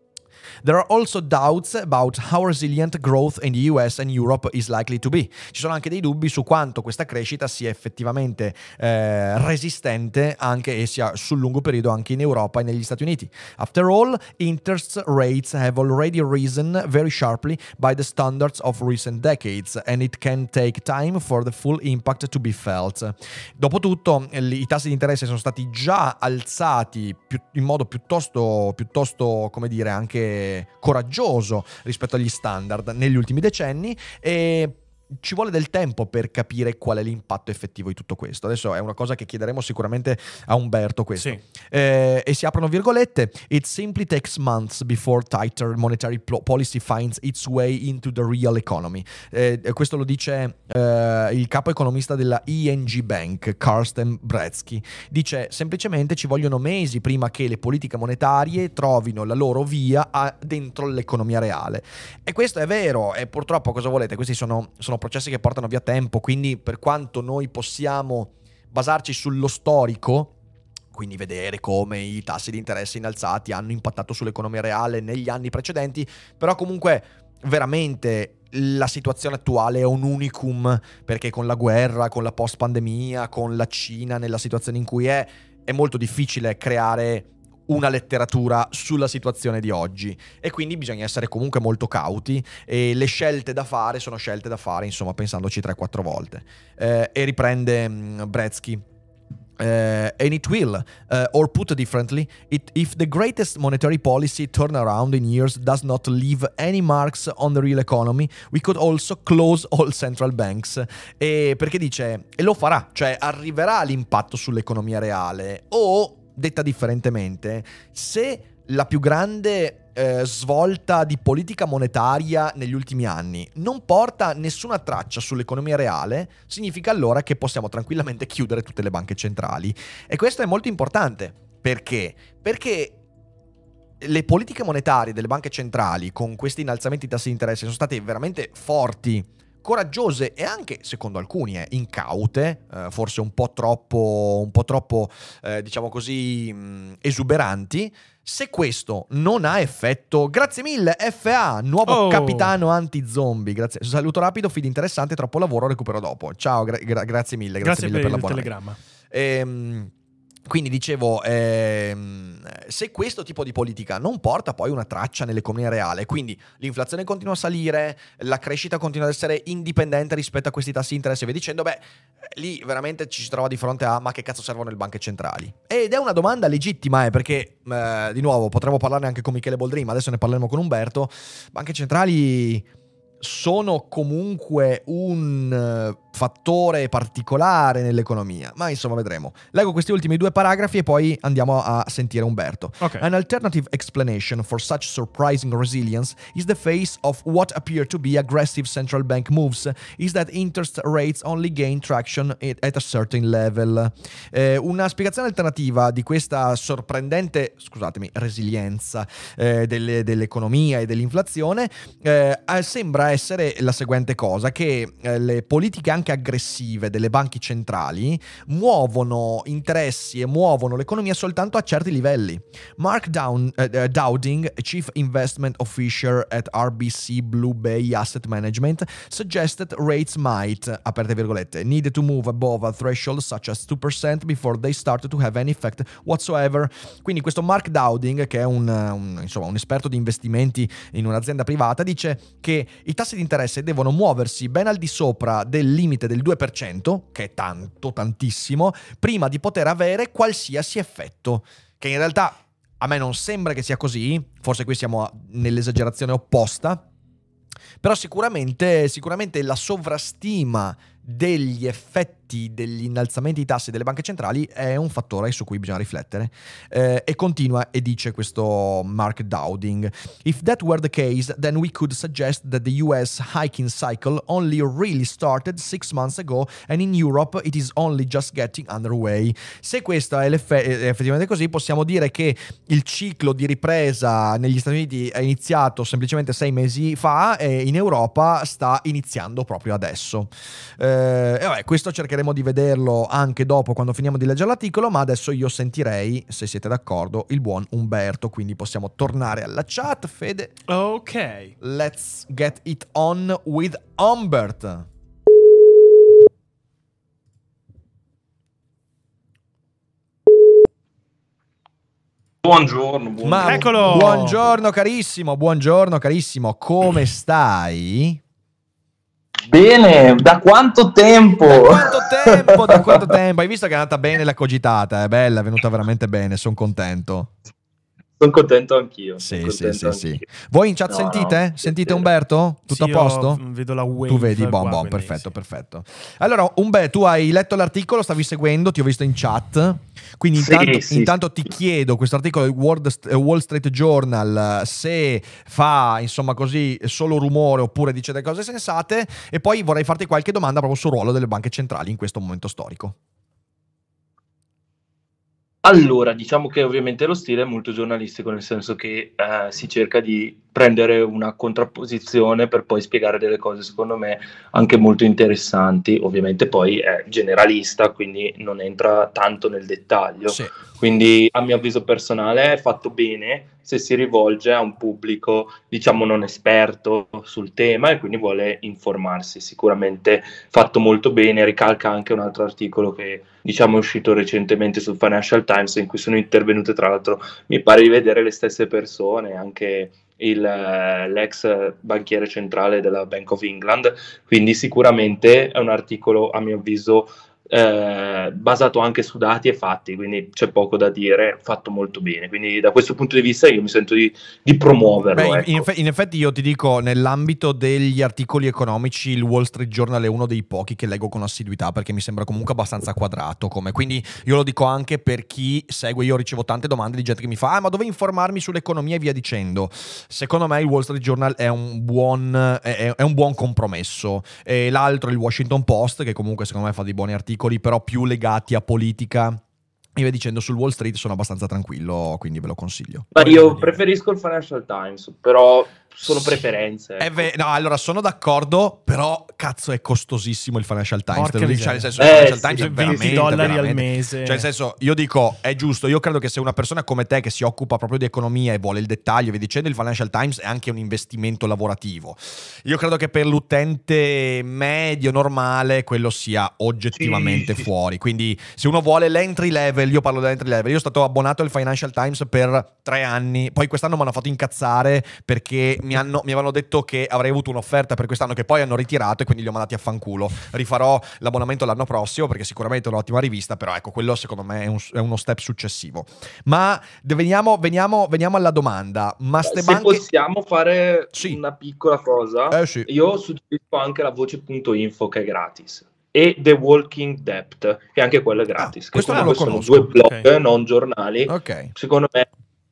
There are also doubts about how resilient growth in the U S and Europe is likely to be. Ci sono anche dei dubbi su quanto questa crescita sia effettivamente eh, resistente anche e sia sul lungo periodo anche in Europa e negli Stati Uniti. After all, interest rates have already risen very sharply by the standards of recent decades and it can take time for the full impact to be felt. Dopotutto, i tassi di interesse sono stati già alzati più, in modo piuttosto, piuttosto, come dire, anche coraggioso rispetto agli standard negli ultimi decenni, e ci vuole del tempo per capire qual è l'impatto effettivo di tutto questo. Adesso è una cosa che chiederemo sicuramente a Umberto questo. Sì. Eh, e si aprono virgolette: it simply takes months before tighter monetary policy finds its way into the real economy. Eh, questo lo dice eh, il capo economista della I N G Bank, Carsten Brzezinski. Dice semplicemente ci vogliono mesi prima che le politiche monetarie trovino la loro via a, dentro l'economia reale. E questo è vero, e purtroppo cosa volete? Questi sono, sono processi che portano via tempo, quindi per quanto noi possiamo basarci sullo storico, quindi vedere come i tassi di interesse innalzati hanno impattato sull'economia reale negli anni precedenti, però comunque veramente la situazione attuale è un unicum, perché con la guerra, con la post pandemia, con la Cina nella situazione in cui è, è molto difficile creare una letteratura sulla situazione di oggi, e quindi bisogna essere comunque molto cauti, e le scelte da fare sono scelte da fare, insomma, pensandoci tre quattro volte. Eh, e riprende um, Brzezinski. Uh, and it will, uh, or put differently, it, if the greatest monetary policy turnaround in years does not leave any marks on the real economy, we could also close all central banks. E perché dice, e lo farà, cioè arriverà l'impatto sull'economia reale, o detta differentemente, se la più grande eh, svolta di politica monetaria negli ultimi anni non porta nessuna traccia sull'economia reale, significa allora che possiamo tranquillamente chiudere tutte le banche centrali. E questo è molto importante. Perché? Perché le politiche monetarie delle banche centrali con questi innalzamenti di tassi di interesse sono state veramente forti, coraggiose e anche, secondo alcuni, eh, incaute, eh, forse un po' troppo, un po' troppo eh, diciamo così, mh, esuberanti. Se questo non ha effetto, grazie mille F A, nuovo oh. capitano anti-zombie, grazie. Saluto rapido, feed interessante, troppo lavoro, recupero dopo. Ciao, gra- gra- grazie mille, grazie, grazie mille per, per, per la telegramma. Ehm... Quindi dicevo, ehm, se questo tipo di politica non porta poi una traccia nell'economia reale, quindi l'inflazione continua a salire, la crescita continua ad essere indipendente rispetto a questi tassi di interesse, e via dicendo, beh, lì veramente ci si trova di fronte a ma che cazzo servono le banche centrali? Ed è una domanda legittima, eh, perché, eh, di nuovo, potremmo parlarne anche con Michele Boldrini, ma adesso ne parleremo con Umberto. Banche centrali sono comunque un uh, fattore particolare nell'economia, ma insomma vedremo. Leggo questi ultimi due paragrafi e poi andiamo a sentire Umberto. Okay. An alternative explanation for such surprising resilience is the face of what appear to be aggressive central bank moves, is that interest rates only gain traction at a certain level. Eh, una spiegazione alternativa di questa sorprendente, scusatemi, resilienza eh, delle, dell'economia e dell'inflazione eh, sembra sembra essere la seguente cosa, che eh, le politiche anche aggressive delle banche centrali muovono interessi e muovono l'economia soltanto a certi livelli. Mark Down, uh, Dowding, Chief Investment Officer at R B C Blue Bay Asset Management, suggested rates might, aperte virgolette, need to move above a threshold such as two percent before they start to have any effect whatsoever. Quindi questo Mark Dowding, che è un, un, insomma, un esperto di investimenti in un'azienda privata, dice che i tassi di interesse devono muoversi ben al di sopra del limite del due per cento, che è tanto, tantissimo, prima di poter avere qualsiasi effetto, che in realtà a me non sembra che sia così, forse qui siamo nell'esagerazione opposta, però sicuramente, sicuramente la sovrastima degli effetti degli innalzamenti di tassi delle banche centrali è un fattore su cui bisogna riflettere. Eh, e continua e dice questo Mark Dowding: If that were the case, then we could suggest that the U S hiking cycle only really started six months ago and in Europe it is only just getting underway. Se questo è, l'effe- è effettivamente così, possiamo dire che il ciclo di ripresa negli Stati Uniti è iniziato semplicemente sei mesi fa e in Europa sta iniziando proprio adesso. Eh, e vabbè, questo cercheremo di vederlo anche dopo, quando finiamo di leggere l'articolo, ma adesso io sentirei, se siete d'accordo, il buon Umberto, quindi possiamo tornare alla chat. Fede, ok, let's get it on with Humbert. Buongiorno, buongiorno. Ma Eccolo! Buongiorno carissimo, buongiorno carissimo, come stai? Bene, da quanto tempo? Da quanto tempo? Da quanto tempo? Hai visto che è andata bene la cogitata? È bella, è venuta veramente bene, sono contento. Sono contento anch'io. Sì, sono sì, contento sì, sì. anch'io. Voi in chat No, sentite? no, Sentite sì, Umberto? Tutto Sì, a posto? io vedo la wave. Tu vedi, bon, qua, bon, quindi perfetto, sì. perfetto. Allora, Umberto, tu hai letto l'articolo, stavi seguendo, ti ho visto in chat. Quindi Sì, intanto, sì, intanto sì. ti chiedo, questo articolo del World- Wall Street Journal, se fa, insomma, così solo rumore oppure dice delle cose sensate, e poi vorrei farti qualche domanda proprio sul ruolo delle banche centrali in questo momento storico. Allora, diciamo che ovviamente lo stile è molto giornalistico, nel senso che eh, si cerca di prendere una contrapposizione per poi spiegare delle cose, secondo me, anche molto interessanti. Ovviamente poi è generalista, quindi non entra tanto nel dettaglio. Sì. Quindi, a mio avviso personale, è fatto bene se si rivolge a un pubblico, diciamo, non esperto sul tema e quindi vuole informarsi. Sicuramente fatto molto bene. Ricalca anche un altro articolo che, diciamo, è uscito recentemente sul Financial Times, in cui sono intervenute, tra l'altro, mi pare di vedere le stesse persone, anche il, l'ex banchiere centrale della Bank of England. Quindi sicuramente è un articolo, a mio avviso, Eh, basato anche su dati e fatti, quindi c'è poco da dire, fatto molto bene, quindi da questo punto di vista io mi sento di, di promuoverlo. Beh, in, ecco. in effe- in effetti io ti dico, nell'ambito degli articoli economici il Wall Street Journal è uno dei pochi che leggo con assiduità, perché mi sembra comunque abbastanza quadrato come. Quindi io lo dico anche per chi segue. Io ricevo tante domande di gente che mi fa: ah, ma dove informarmi sull'economia e via dicendo. Secondo me il Wall Street Journal è un buon, è, è un buon compromesso, e l'altro è il Washington Post, che comunque secondo me fa dei buoni articoli, però più legati a politica e via dicendo. Sul Wall Street sono abbastanza tranquillo, quindi ve lo consiglio. Ma io preferisco il Financial Times, però sono preferenze. È ecco. ve- no, allora sono d'accordo, però cazzo è costosissimo il Financial Times. Porca te lo dico, cioè, miseria. nel senso, il Eh, Financial sì, Times è sì, veramente, venti dollari al veramente- mese. Cioè, nel senso, io dico, è giusto. Io credo che se una persona come te, che si occupa proprio di economia e vuole il dettaglio e via dicendo, il Financial Times è anche un investimento lavorativo. Io credo che per l'utente medio, normale, quello sia oggettivamente Sì, sì. fuori. Quindi se uno vuole l'entry level, io parlo dell'entry level, io sono stato abbonato al Financial Times per tre anni, poi quest'anno mi hanno fatto incazzare perché mi, hanno, mi avevano detto che avrei avuto un'offerta per quest'anno che poi hanno ritirato, e quindi li ho mandati a fanculo. Rifarò l'abbonamento l'anno prossimo perché sicuramente è un'ottima rivista, però ecco, quello secondo me è, un- è uno step successivo. Ma de- veniamo, veniamo, veniamo alla domanda. Ma ste Se banche... possiamo fare Sì. una piccola cosa, Eh sì. io suggerisco anche la voce punto info, che è gratis, e The Walking Debt, che anche quello è gratis, Ah, che questo non comunque lo sono conosco. due blog, Ok. non giornali. Ok. Secondo me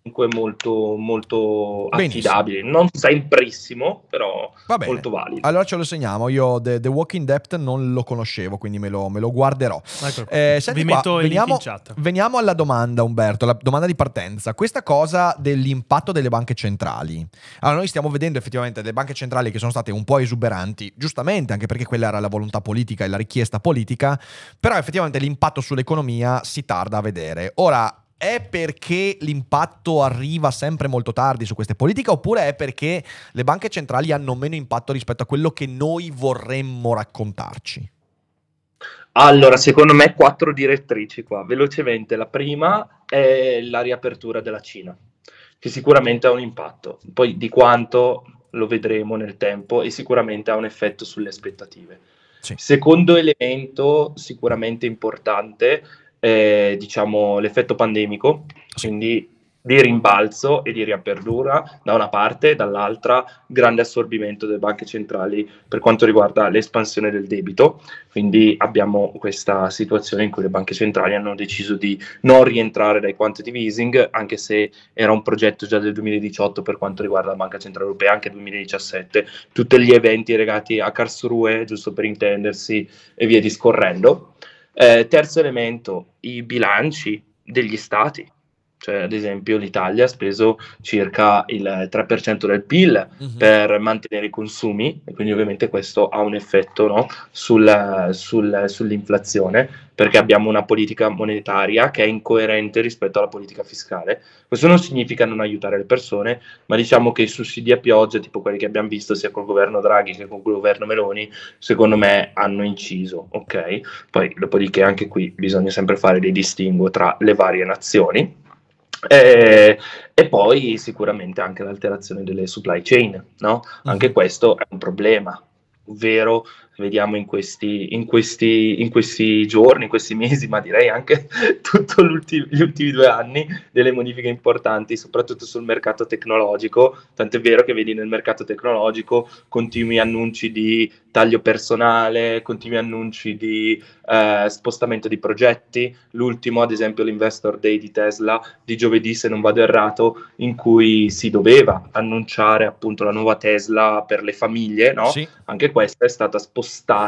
molto, molto Benissimo. affidabili, non semprissimo, però Va bene. molto valido. Allora ce lo segniamo. Io The, The Walking Dead non lo conoscevo, quindi me lo, me lo guarderò. Ecco qua. Eh, senti Vi qua, metto il link veniamo, in chat. veniamo alla domanda, Umberto, la domanda di partenza. Questa cosa dell'impatto delle banche centrali. Allora, noi stiamo vedendo effettivamente delle banche centrali che sono state un po' esuberanti, giustamente, anche perché quella era la volontà politica e la richiesta politica, però effettivamente l'impatto sull'economia si tarda a vedere. Ora, è perché l'impatto arriva sempre molto tardi su queste politiche, oppure è perché le banche centrali hanno meno impatto rispetto a quello che noi vorremmo raccontarci? Allora, secondo me quattro direttrici qua, velocemente. La prima è la riapertura della Cina, che sicuramente ha un impatto, poi di quanto lo vedremo nel tempo, e sicuramente ha un effetto sulle aspettative. Sì. Secondo elemento sicuramente importante è, diciamo, l'effetto pandemico, Sì. quindi di rimbalzo e di riapertura da una parte, dall'altra grande assorbimento delle banche centrali per quanto riguarda l'espansione del debito. Quindi abbiamo questa situazione in cui le banche centrali hanno deciso di non rientrare dai quantitative easing, anche se era un progetto già del duemiladiciotto per quanto riguarda la Banca Centrale Europea, anche duemiladiciassette, tutti gli eventi legati a Karlsruhe, giusto per intendersi, e via discorrendo. Eh, terzo elemento, i bilanci degli stati. Cioè, ad esempio, l'Italia ha speso circa il tre per cento del P I L Mhm. per mantenere i consumi, e quindi ovviamente questo ha un effetto, no, sul, sul, sull'inflazione, perché abbiamo una politica monetaria che è incoerente rispetto alla politica fiscale. Questo non significa non aiutare le persone, ma diciamo che i sussidi a pioggia, tipo quelli che abbiamo visto sia col governo Draghi che con il governo Meloni, secondo me hanno inciso, ok? Poi, dopodiché, anche qui bisogna sempre fare dei distinguo tra le varie nazioni. Eh, e poi sicuramente anche l'alterazione delle supply chain, no? Anche Mhm. questo è un problema, ovvero vediamo in questi, in questi, in questi giorni, in questi mesi, ma direi anche tutti gli ultimi due anni, delle modifiche importanti, soprattutto sul mercato tecnologico. Tant'è vero che vedi nel mercato tecnologico continui annunci di taglio personale, continui annunci di eh, spostamento di progetti. L'ultimo, ad esempio, l'Investor Day di Tesla di giovedì, se non vado errato, in cui si doveva annunciare appunto la nuova Tesla per le famiglie, no? Sì. Anche questa è stata spostata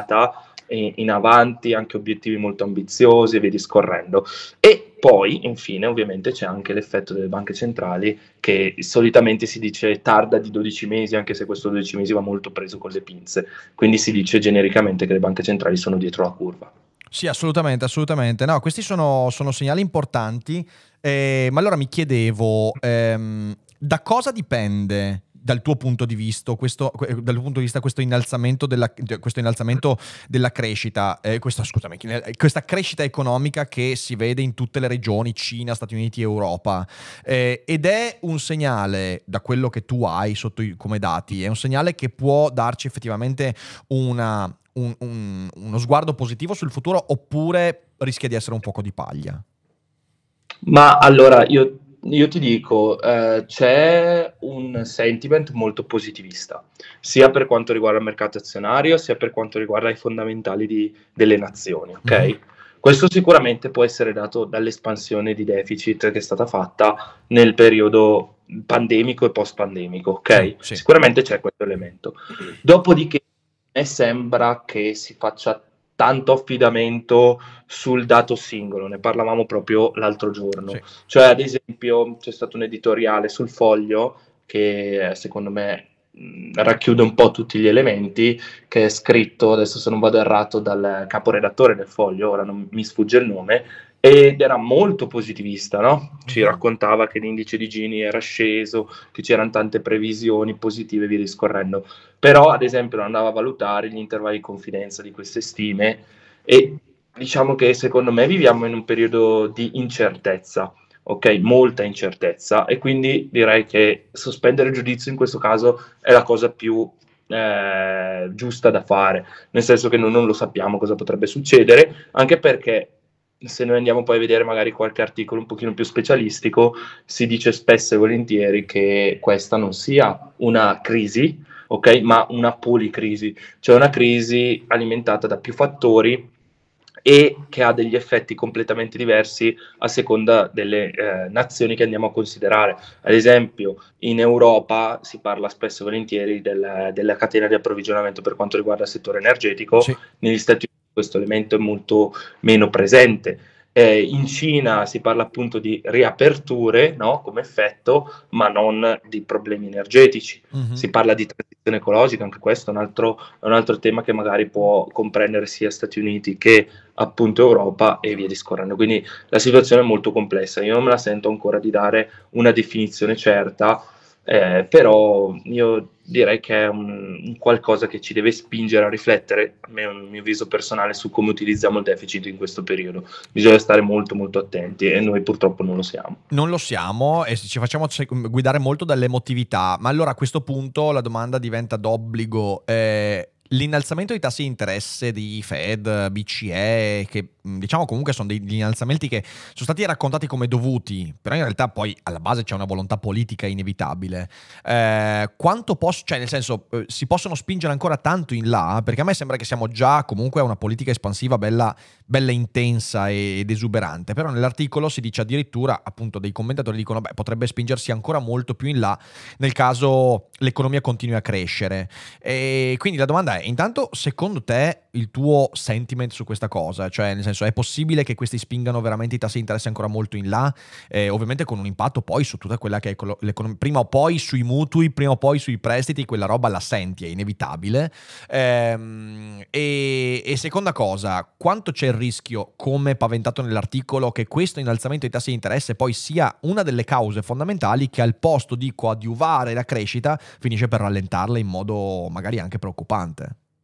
in avanti, anche obiettivi molto ambiziosi e via discorrendo. E poi, infine, ovviamente c'è anche l'effetto delle banche centrali, che solitamente si dice tarda di dodici mesi, anche se questo dodici mesi va molto preso con le pinze. Quindi si dice genericamente che le banche centrali sono dietro la curva. Sì, assolutamente, assolutamente. No, questi sono, sono segnali importanti, eh, ma allora mi chiedevo, ehm, da cosa dipende dal tuo punto di vista questo, dal tuo punto di vista questo innalzamento della, questo innalzamento della crescita, eh, questa, scusami, questa crescita economica che si vede in tutte le regioni, Cina, Stati Uniti, Europa, eh, ed è un segnale, da quello che tu hai sotto i, come dati, è un segnale che può darci effettivamente una, un, un, uno sguardo positivo sul futuro, oppure rischia di essere un fuoco di paglia? Ma allora, io Io ti dico, eh, c'è un sentiment molto positivista, sia per quanto riguarda il mercato azionario, sia per quanto riguarda i fondamentali di, delle nazioni, ok? Mm-hmm. Questo sicuramente può essere dato dall'espansione di deficit che è stata fatta nel periodo pandemico e post-pandemico, ok? Mm, sì. Sicuramente c'è questo elemento. Dopodiché, a me sembra che si faccia tanto affidamento sul dato singolo, ne parlavamo proprio l'altro giorno. Sì. Cioè, ad esempio, c'è stato un editoriale sul Foglio che secondo me mh, racchiude un po' tutti gli elementi, che è scritto, adesso se non vado errato, dal caporedattore del Foglio, ora non mi sfugge il nome, ed era molto positivista, no? Ci raccontava che l'indice di Gini era sceso, che c'erano tante previsioni positive e via discorrendo. Però, ad esempio, non andava a valutare gli intervalli di confidenza di queste stime, e diciamo che secondo me viviamo in un periodo di incertezza, ok? Molta incertezza, e quindi direi che sospendere il giudizio in questo caso è la cosa più eh, giusta da fare, nel senso che noi non lo sappiamo cosa potrebbe succedere, anche perché se noi andiamo poi a vedere magari qualche articolo un pochino più specialistico, si dice spesso e volentieri che questa non sia una crisi, ok, ma una policrisi, cioè una crisi alimentata da più fattori e che ha degli effetti completamente diversi a seconda delle eh, nazioni che andiamo a considerare. Ad esempio, in Europa si parla spesso e volentieri del, della catena di approvvigionamento per quanto riguarda il settore energetico, Sì. negli Stati Uniti questo elemento è molto meno presente. Eh, in Cina si parla appunto di riaperture, no, come effetto, ma non di problemi energetici. Mhm. Si parla di transizione ecologica, anche questo è un altro, è un altro tema che magari può comprendere sia Stati Uniti che appunto Europa e via discorrendo. Quindi la situazione è molto complessa. Io non me la sento ancora di dare una definizione certa, eh, però io direi che è un, un qualcosa che ci deve spingere a riflettere, a me è un mio avviso personale, su come utilizziamo il deficit in questo periodo. Bisogna stare molto molto attenti e noi purtroppo non lo siamo. Non lo siamo e ci facciamo guidare molto dall'emotività, ma allora a questo punto la domanda diventa d'obbligo. Eh, L'innalzamento dei tassi di interesse di Fed, B C E, che diciamo comunque sono degli innalzamenti che sono stati raccontati come dovuti, però in realtà poi alla base c'è una volontà politica inevitabile. Eh, quanto posso, cioè nel senso, eh, si possono spingere ancora tanto in là? Perché a me sembra che siamo già comunque a una politica espansiva bella, bella intensa ed esuberante, però nell'articolo si dice addirittura, appunto, dei commentatori dicono beh, potrebbe spingersi ancora molto più in là nel caso l'economia continui a crescere. E quindi la domanda è, intanto, secondo te il tuo sentiment su questa cosa? Cioè, nel senso, è possibile che questi spingano veramente i tassi di interesse ancora molto in là? Eh, ovviamente con un impatto poi su tutta quella che è l'economia, prima o poi sui mutui, prima o poi sui prestiti, quella roba la senti, è inevitabile. Ehm, e, e seconda cosa, quanto c'è il rischio, come paventato nell'articolo, che questo innalzamento dei tassi di interesse poi sia una delle cause fondamentali che al posto di coadiuvare la crescita finisce per rallentarla in modo magari anche preoccupante?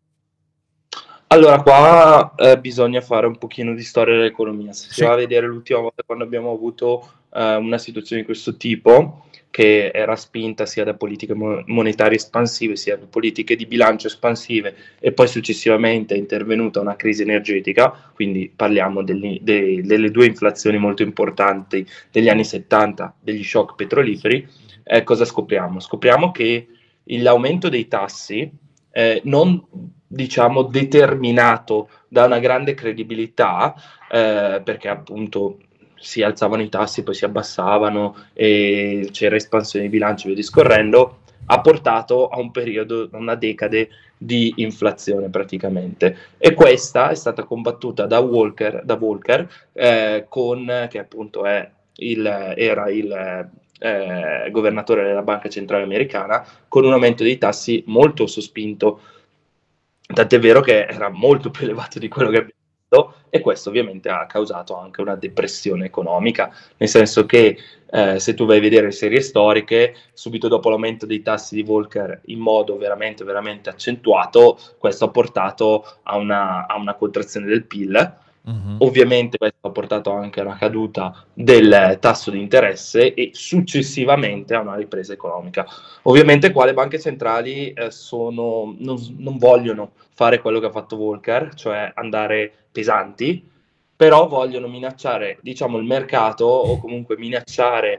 Allora, qua eh, bisogna fare un pochino di storia dell'economia. Se si Sì. va a vedere l'ultima volta quando abbiamo avuto eh, una situazione di questo tipo, che era spinta sia da politiche mo- monetarie espansive, sia da politiche di bilancio espansive, e poi successivamente è intervenuta una crisi energetica, quindi parliamo degli- de- delle due inflazioni molto importanti degli anni settanta, degli shock petroliferi, eh, cosa scopriamo? Scopriamo che l'aumento dei tassi eh, non diciamo determinato da una grande credibilità, eh, perché appunto si alzavano i tassi, poi si abbassavano e c'era espansione di bilancio e via discorrendo, ha portato a un periodo, a una decade di inflazione praticamente. E questa è stata combattuta da Volcker, da Volcker eh, con, che appunto è il, era il eh, governatore della Banca Centrale Americana, con un aumento dei tassi molto sospinto, tant'è vero che era molto più elevato di quello che abbiamo visto, e questo ovviamente ha causato anche una depressione economica, nel senso che eh, se tu vai a vedere le serie storiche, subito dopo l'aumento dei tassi di Volcker in modo veramente veramente accentuato, questo ha portato a una, a una contrazione del P I L. Mhm. Ovviamente questo ha portato anche a una caduta del tasso di interesse e successivamente a una ripresa economica. Ovviamente qua le banche centrali eh, sono, non, non vogliono fare quello che ha fatto Volcker, cioè andare pesanti, però vogliono minacciare, diciamo, il mercato, o comunque minacciare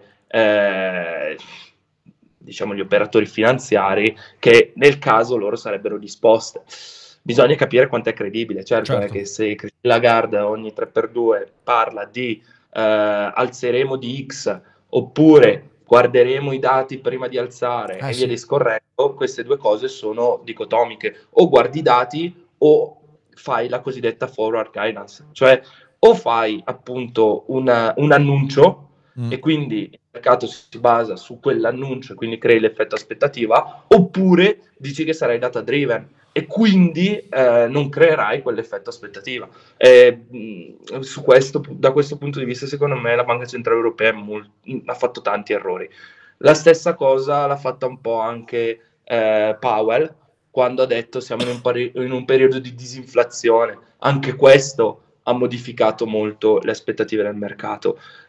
eh, diciamo gli operatori finanziari, che nel caso loro sarebbero disposti. Bisogna capire quanto è credibile. Certo, Certo. è che se Christine Lagarde ogni tre per due parla di eh, alzeremo di X, oppure guarderemo i dati prima di alzare Eh e sì. via discorrendo, queste due cose sono dicotomiche: o guardi i dati o fai la cosiddetta forward guidance, cioè o fai appunto una, un annuncio Mm. e quindi il mercato si basa su quell'annuncio e quindi crei l'effetto aspettativa, oppure dici che sarai data driven e quindi eh, non creerai quell'effetto aspettativa. E, mh, su questo, da questo punto di vista, secondo me la Banca Centrale Europea è molt- ha fatto tanti errori. La stessa cosa l'ha fatta un po' anche eh, Powell, quando ha detto siamo in un, pari- in un periodo di disinflazione. Anche questo ha modificato molto le aspettative del mercato.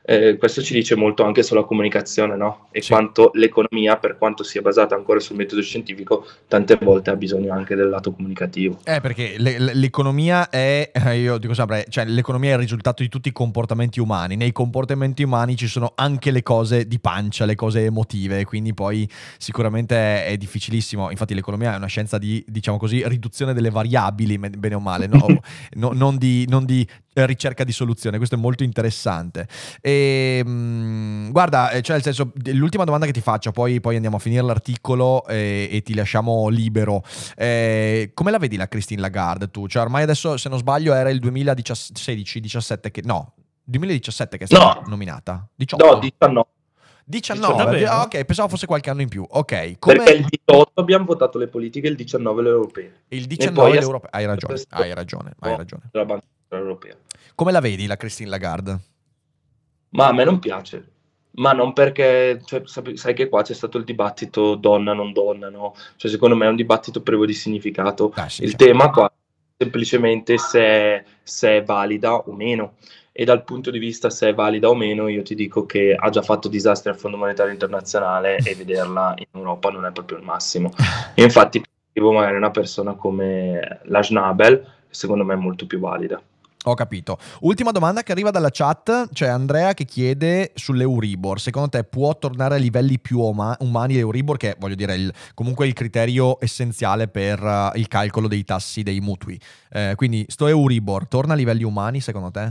Eh, questo ci dice molto anche sulla comunicazione, no? E Sì. quanto l'economia, per quanto sia basata ancora sul metodo scientifico, tante volte ha bisogno anche del lato comunicativo. Eh, perché le- le- l'economia è, eh, io dico sempre, cioè l'economia è il risultato di tutti i comportamenti umani. Nei comportamenti umani ci sono anche le cose di pancia, le cose emotive, quindi poi sicuramente è, è difficilissimo. Infatti l'economia è una scienza di, diciamo così, riduzione delle variabili, me- bene o male, no? No- non di, non di eh, ricerca di soluzione. Questo è molto interessante. E, mh, guarda, eh, cioè nel senso, l'ultima domanda che ti faccio, poi, poi andiamo a finire l'articolo e, e ti lasciamo libero. Eh, come la vedi la Christine Lagarde tu? Cioè ormai adesso, se non sbaglio, era il duemilasedici diciassette che... No, duemiladiciassette che è stata No. nominata? diciotto? No, diciannove. diciannove, Davvero? ah, ok, pensavo fosse qualche anno in più. Ok, come Perché il diciotto abbiamo votato le politiche, il diciannove le europee. il E diciannove poi l'Europa... Hai ragione, questo- hai ragione, hai ragione. della Banca Centrale Europea. Come la vedi la Christine Lagarde? Ma a me non piace, ma non perché, cioè, sap- sai che qua c'è stato il dibattito donna non donna, no? Cioè secondo me è un dibattito privo di significato. Ah, sì, Il certo. tema qua è semplicemente se è, se è valida o meno. E dal punto di vista se è valida o meno, io ti dico che ha già fatto disastri al Fondo Monetario Internazionale e vederla in Europa non è proprio il massimo. E infatti preferivo magari una persona come la Schnabel, che secondo me è molto più valida. Ho capito. Ultima domanda che arriva dalla chat, c'è Andrea che chiede sull'Euribor. Secondo te può tornare a livelli più uma- umani l'Euribor, che voglio dire il, comunque il criterio essenziale per uh, il calcolo dei tassi dei mutui. Eh, quindi sto Euribor torna a livelli umani secondo te?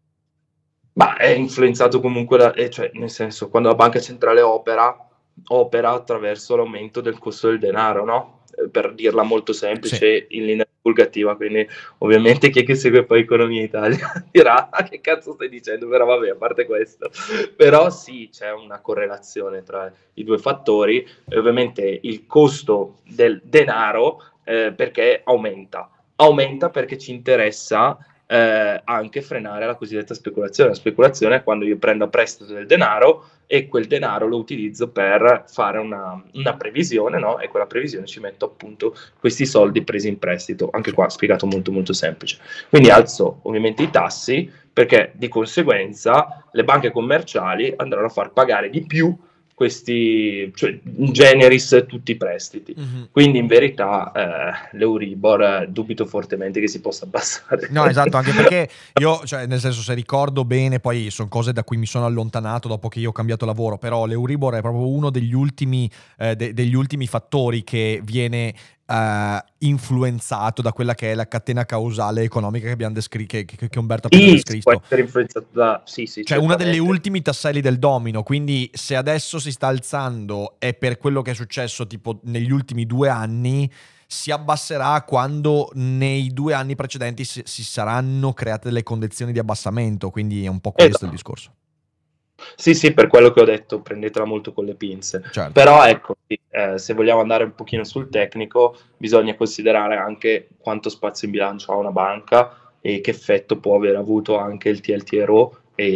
Ma è influenzato comunque, da, eh, cioè, nel senso, quando la banca centrale opera, opera attraverso l'aumento del costo del denaro, no? Eh, Per dirla molto semplice, in linea divulgativa, quindi ovviamente chi è che segue poi Economia Italia dirà "Ah, che cazzo stai dicendo?", però vabbè, a parte questo. Però sì, c'è una correlazione tra i due fattori e ovviamente il costo del denaro eh, perché aumenta. Aumenta perché ci interessa eh, anche frenare la cosiddetta speculazione. La speculazione è quando io prendo a prestito del denaro e quel denaro lo utilizzo per fare una, una previsione, no? E quella previsione ci metto appunto questi soldi presi in prestito. Anche qua spiegato molto molto semplice. Quindi alzo ovviamente i tassi perché di conseguenza le banche commerciali andranno a far pagare di più questi, cioè in generis tutti i prestiti. Mm-hmm. Quindi in verità eh, l'Euribor eh, dubito fortemente che si possa abbassare. No, esatto, anche perché io, cioè, nel senso, se ricordo bene, poi sono cose da cui mi sono allontanato dopo che io ho cambiato lavoro, però l'Euribor è proprio uno degli ultimi, eh, de- degli ultimi fattori che viene eh, influenzato da quella che è la catena causale economica che abbiamo descritto, che, che, che Umberto ha appena Sì, descritto. può essere influenzato da... Sì, sì, Cioè una delle certamente. ultimi tasselli del domino, quindi se adesso si sta alzando è per quello che è successo tipo negli ultimi due anni, si abbasserà quando nei due anni precedenti si, si saranno create delle condizioni di abbassamento, quindi è un po' questo Esatto. il discorso. Sì, sì, per quello che ho detto, prendetela molto con le pinze. Certo. Però ecco, sì, eh, se vogliamo andare un pochino sul tecnico, bisogna considerare anche quanto spazio in bilancio ha una banca e che effetto può aver avuto anche il T L T R O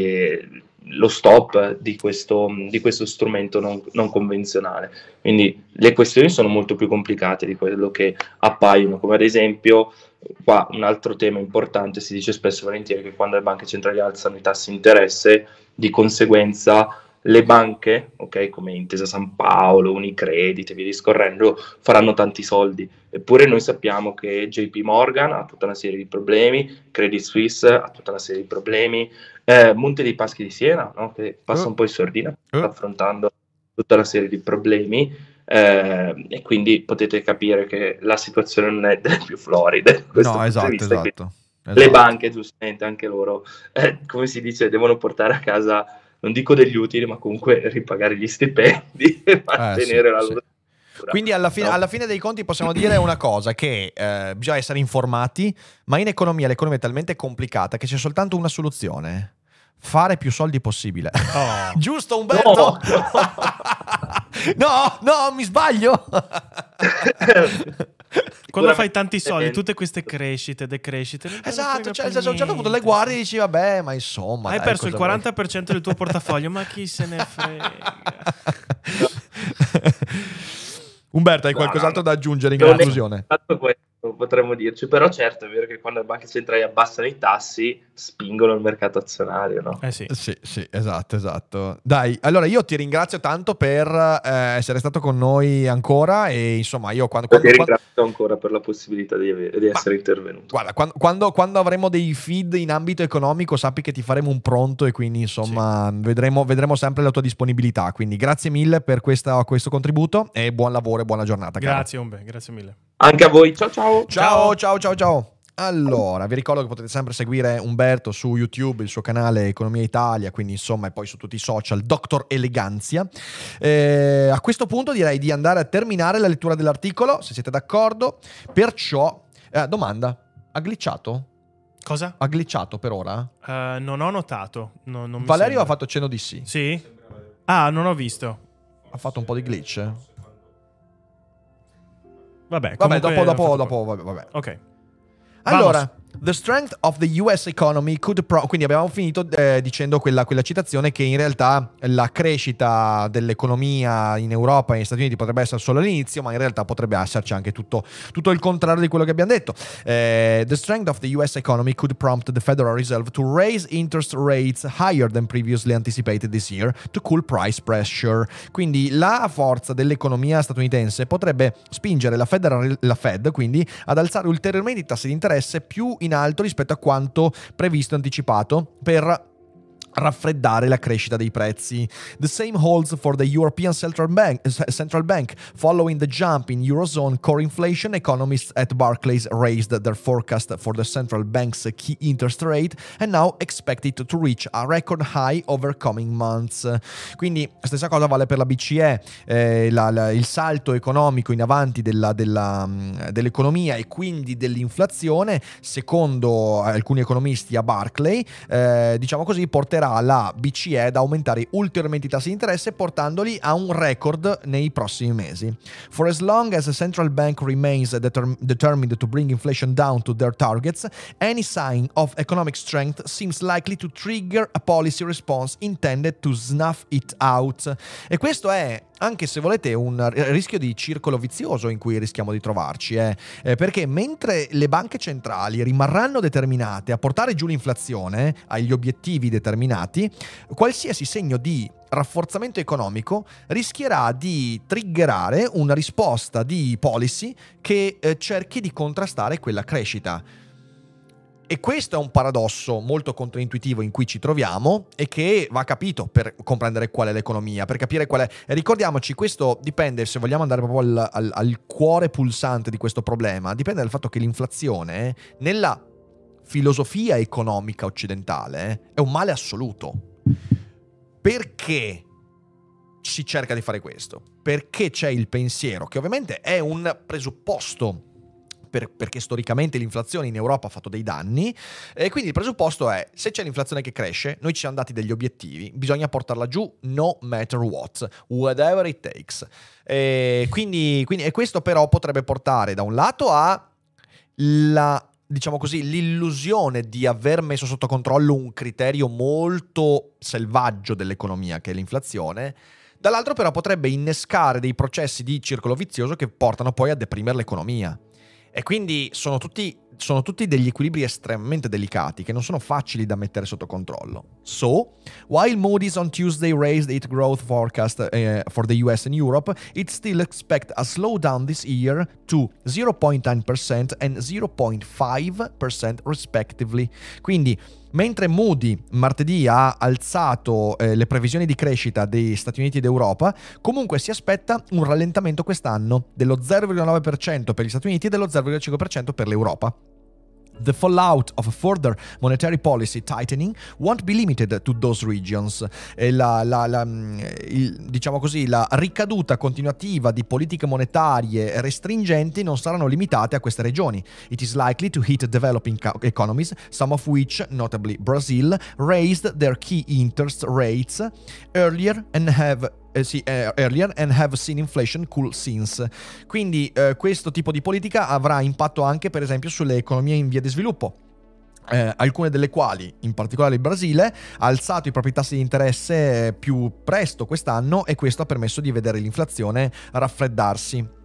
e lo stop di questo, di questo strumento non, non convenzionale. Quindi le questioni sono molto più complicate di quello che appaiono, come ad esempio qua un altro tema importante: si dice spesso e volentieri che quando le banche centrali alzano i tassi di interesse, di conseguenza le banche, ok, come Intesa San Paolo, Unicredit e via discorrendo, faranno tanti soldi. Eppure noi sappiamo che J P Morgan ha tutta una serie di problemi, Credit Suisse ha tutta una serie di problemi, eh, Monte dei Paschi di Siena, no, che passa un po' in sordina, sta affrontando tutta una serie di problemi, eh, e quindi potete capire che la situazione non è delle più floride. No, esatto, esatto, esatto. Le banche, giustamente, anche loro, eh, come si dice, devono portare a casa, non dico degli utili, ma comunque ripagare gli stipendi e mantenere Eh, sì, la sì. loro. Quindi alla fine, No. alla fine dei conti possiamo dire una cosa, che eh, bisogna essere informati, ma in economia l'economia è talmente complicata che c'è soltanto una soluzione: fare più soldi possibile. Oh. Giusto, Umberto? No. no, no, mi sbaglio. Quando fai tanti soldi, tutte queste crescite, decrescite, non te ne Esatto, frega cioè, più nel senso, a un certo punto le niente. guardi e dici vabbè, ma insomma, Hai dai, perso il cosa quaranta per cento del tuo portafoglio, ma chi se ne frega? Umberto, hai No, qualcos'altro no, no. da aggiungere in Non è conclusione? tanto questo, potremmo dirci, però certo è vero che quando le banche centrali abbassano i tassi spingono il mercato azionario, no? Eh sì. Sì, sì, esatto, esatto. Dai, allora io ti ringrazio tanto per eh, essere stato con noi ancora e insomma io quando... quando ti quando... ringrazio ancora per la possibilità di, ave- di essere Ma, intervenuto. Guarda, quando, quando, quando avremo dei feed in ambito economico sappi che ti faremo un pronto e quindi insomma sì. vedremo, vedremo sempre la tua disponibilità, quindi grazie mille per questa, questo contributo e buon lavoro e buona giornata. Grazie Umbe, grazie mille. Anche a voi, ciao ciao. Ciao ciao ciao ciao. Allora, vi ricordo che potete sempre seguire Umberto su YouTube, il suo canale Economia Italia, quindi insomma e poi su tutti i social, Doctor Eleganzia. Eh, a questo punto direi di andare a terminare la lettura dell'articolo, se siete d'accordo. Perciò, eh, domanda, ha glitchato? Cosa? Ha glitchato per ora? Uh, non ho notato. No, non mi Valerio sembra. ha fatto cenno di sì. Sì? Ah, non ho visto. Ha fatto un po' di glitch? Vabbè, vabbè dopo, dopo, dopo, dopo, vabbè, vabbè. Ok. Allora, Vamos. The strength of the U S economy could pro- quindi abbiamo finito eh, dicendo quella, quella citazione che in realtà la crescita dell'economia in Europa e negli Stati Uniti potrebbe essere solo l'inizio, ma in realtà potrebbe esserci anche tutto, tutto il contrario di quello che abbiamo detto. Eh, the strength of the U S economy could prompt the Federal Reserve to raise interest rates higher than previously anticipated this year to cool price pressure. Quindi la forza dell'economia statunitense potrebbe spingere la Federal, la Fed quindi ad alzare ulteriormente i tassi di interesse più in alto rispetto a quanto previsto e anticipato per raffreddare la crescita dei prezzi. The same holds for the European Central Bank. Central Bank. Following the jump in Eurozone core inflation, economists at Barclays raised their forecast for the central bank's key interest rate and now expect it to reach a record high over coming months. Quindi stessa cosa vale per la B C E. Eh, la, la, il salto economico in avanti della, della, dell'economia e quindi dell'inflazione, secondo alcuni economisti a Barclays, eh, diciamo così, porterà la B C E ad aumentare ulteriormente i tassi di interesse portandoli a un record nei prossimi mesi. For as long as the central bank remains determ- determined to bring inflation down to their targets, any sign of economic strength seems likely to trigger a policy response intended to snuff it out. E questo è, anche se volete, un rischio di circolo vizioso in cui rischiamo di trovarci, eh? Eh, perché mentre le banche centrali rimarranno determinate a portare giù l'inflazione agli obiettivi determinati, qualsiasi segno di rafforzamento economico rischierà di triggerare una risposta di policy che eh, cerchi di contrastare quella crescita. E questo è un paradosso molto controintuitivo in cui ci troviamo e che va capito per comprendere qual è l'economia, per capire qual è. E ricordiamoci, questo dipende, se vogliamo andare proprio al, al, al cuore pulsante di questo problema, dipende dal fatto che l'inflazione nella filosofia economica occidentale è un male assoluto. Perché si cerca di fare questo? Perché c'è il pensiero, che ovviamente è un presupposto, Per, perché storicamente l'inflazione in Europa ha fatto dei danni, e quindi il presupposto è: se c'è l'inflazione che cresce, noi ci siamo dati degli obiettivi, bisogna portarla giù no matter what, whatever it takes. E quindi, quindi e questo però potrebbe portare da un lato a la, diciamo così, l'illusione di aver messo sotto controllo un criterio molto selvaggio dell'economia, che è l'inflazione. Dall'altro però potrebbe innescare dei processi di circolo vizioso che portano poi a deprimere l'economia. E quindi sono tutti, sono tutti degli equilibri estremamente delicati che non sono facili da mettere sotto controllo. So, while Moody's on Tuesday raised its growth forecast uh, for the U S and Europe, it still expects a slowdown this year to zero point nine percent and zero point five percent respectively. Quindi, mentre Moody martedì ha alzato eh, le previsioni di crescita degli Stati Uniti ed Europa, comunque si aspetta un rallentamento quest'anno dello zero virgola nove percento per gli Stati Uniti e dello zero virgola cinque percento per l'Europa. The fallout of a further monetary policy tightening won't be limited to those regions. E la, la, la, il, diciamo così, la ricaduta continuativa di politiche monetarie restringenti non saranno limitate a queste regioni. It is likely to hit developing economies, some of which, notably Brazil, raised their key interest rates earlier and have Eh, sì, eh, earlier and have seen inflation cool since. Quindi eh, questo tipo di politica avrà impatto anche, per esempio, sulle economie in via di sviluppo. Eh, alcune delle quali, in particolare il Brasile, ha alzato i propri tassi di interesse più presto quest'anno e questo ha permesso di vedere l'inflazione raffreddarsi.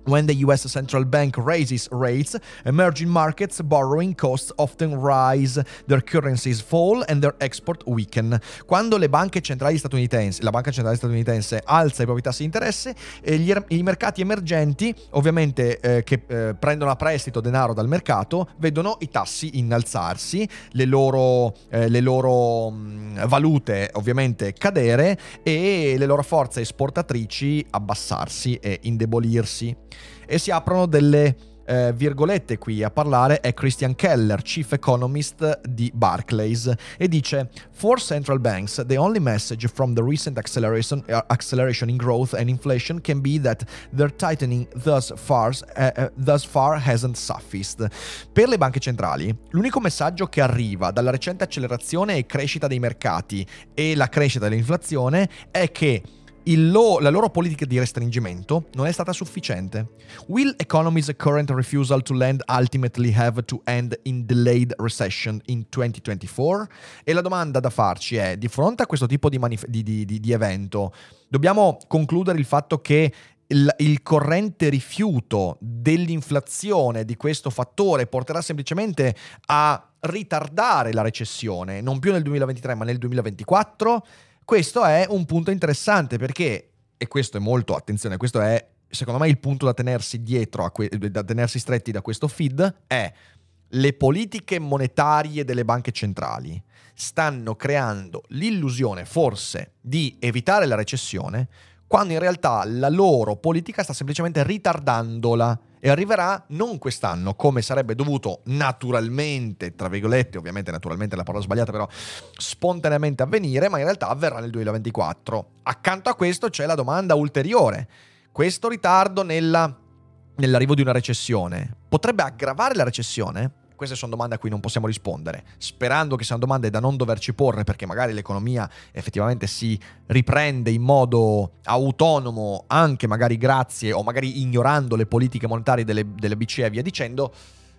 When the U S Central Bank raises rates, emerging markets' borrowing costs often rise, their currencies fall and their export weaken. Quando le banche centrali statunitensi, la banca centrale statunitense alza i propri tassi di interesse, eh, gli, er- i mercati emergenti, ovviamente eh, che eh, prendono a prestito denaro dal mercato, vedono i tassi innalzarsi, le loro, eh, le loro mh, valute ovviamente cadere e le loro forze esportatrici abbassarsi e indebolirsi. E si aprono delle eh, virgolette qui. A parlare è Christian Keller, Chief Economist di Barclays, e dice: For central banks, the only message from the recent acceleration, uh, acceleration in growth and inflation can be that their tightening thus far, uh, uh, thus far hasn't sufficed. Per le banche centrali, l'unico messaggio che arriva dalla recente accelerazione e crescita dei mercati e la crescita dell'inflazione è che Il lo- la loro politica di restringimento non è stata sufficiente. Will economies' current refusal to lend ultimately have to end in delayed recession in twenty twenty-four? E la domanda da farci è: di fronte a questo tipo di, manif- di, di, di, di evento, dobbiamo concludere il fatto che il, il corrente rifiuto dell'inflazione, di questo fattore, porterà semplicemente a ritardare la recessione, non più nel duemilaventitré ma nel duemilaventiquattro? Questo è un punto interessante perché, e questo è molto, attenzione, questo è secondo me il punto da tenersi dietro, a que- da tenersi stretti da questo feed, è: le politiche monetarie delle banche centrali stanno creando l'illusione forse di evitare la recessione, quando in realtà la loro politica sta semplicemente ritardandola e arriverà non quest'anno come sarebbe dovuto naturalmente, tra virgolette, ovviamente naturalmente è la parola sbagliata, però spontaneamente avvenire, ma in realtà avverrà nel duemilaventiquattro. Accanto a questo c'è la domanda ulteriore: questo ritardo nella, nell'arrivo di una recessione potrebbe aggravare la recessione? Queste sono domande a cui non possiamo rispondere, sperando che siano domande da non doverci porre, perché magari l'economia effettivamente si riprende in modo autonomo, anche magari grazie o magari ignorando le politiche monetarie delle, delle B C E e via dicendo,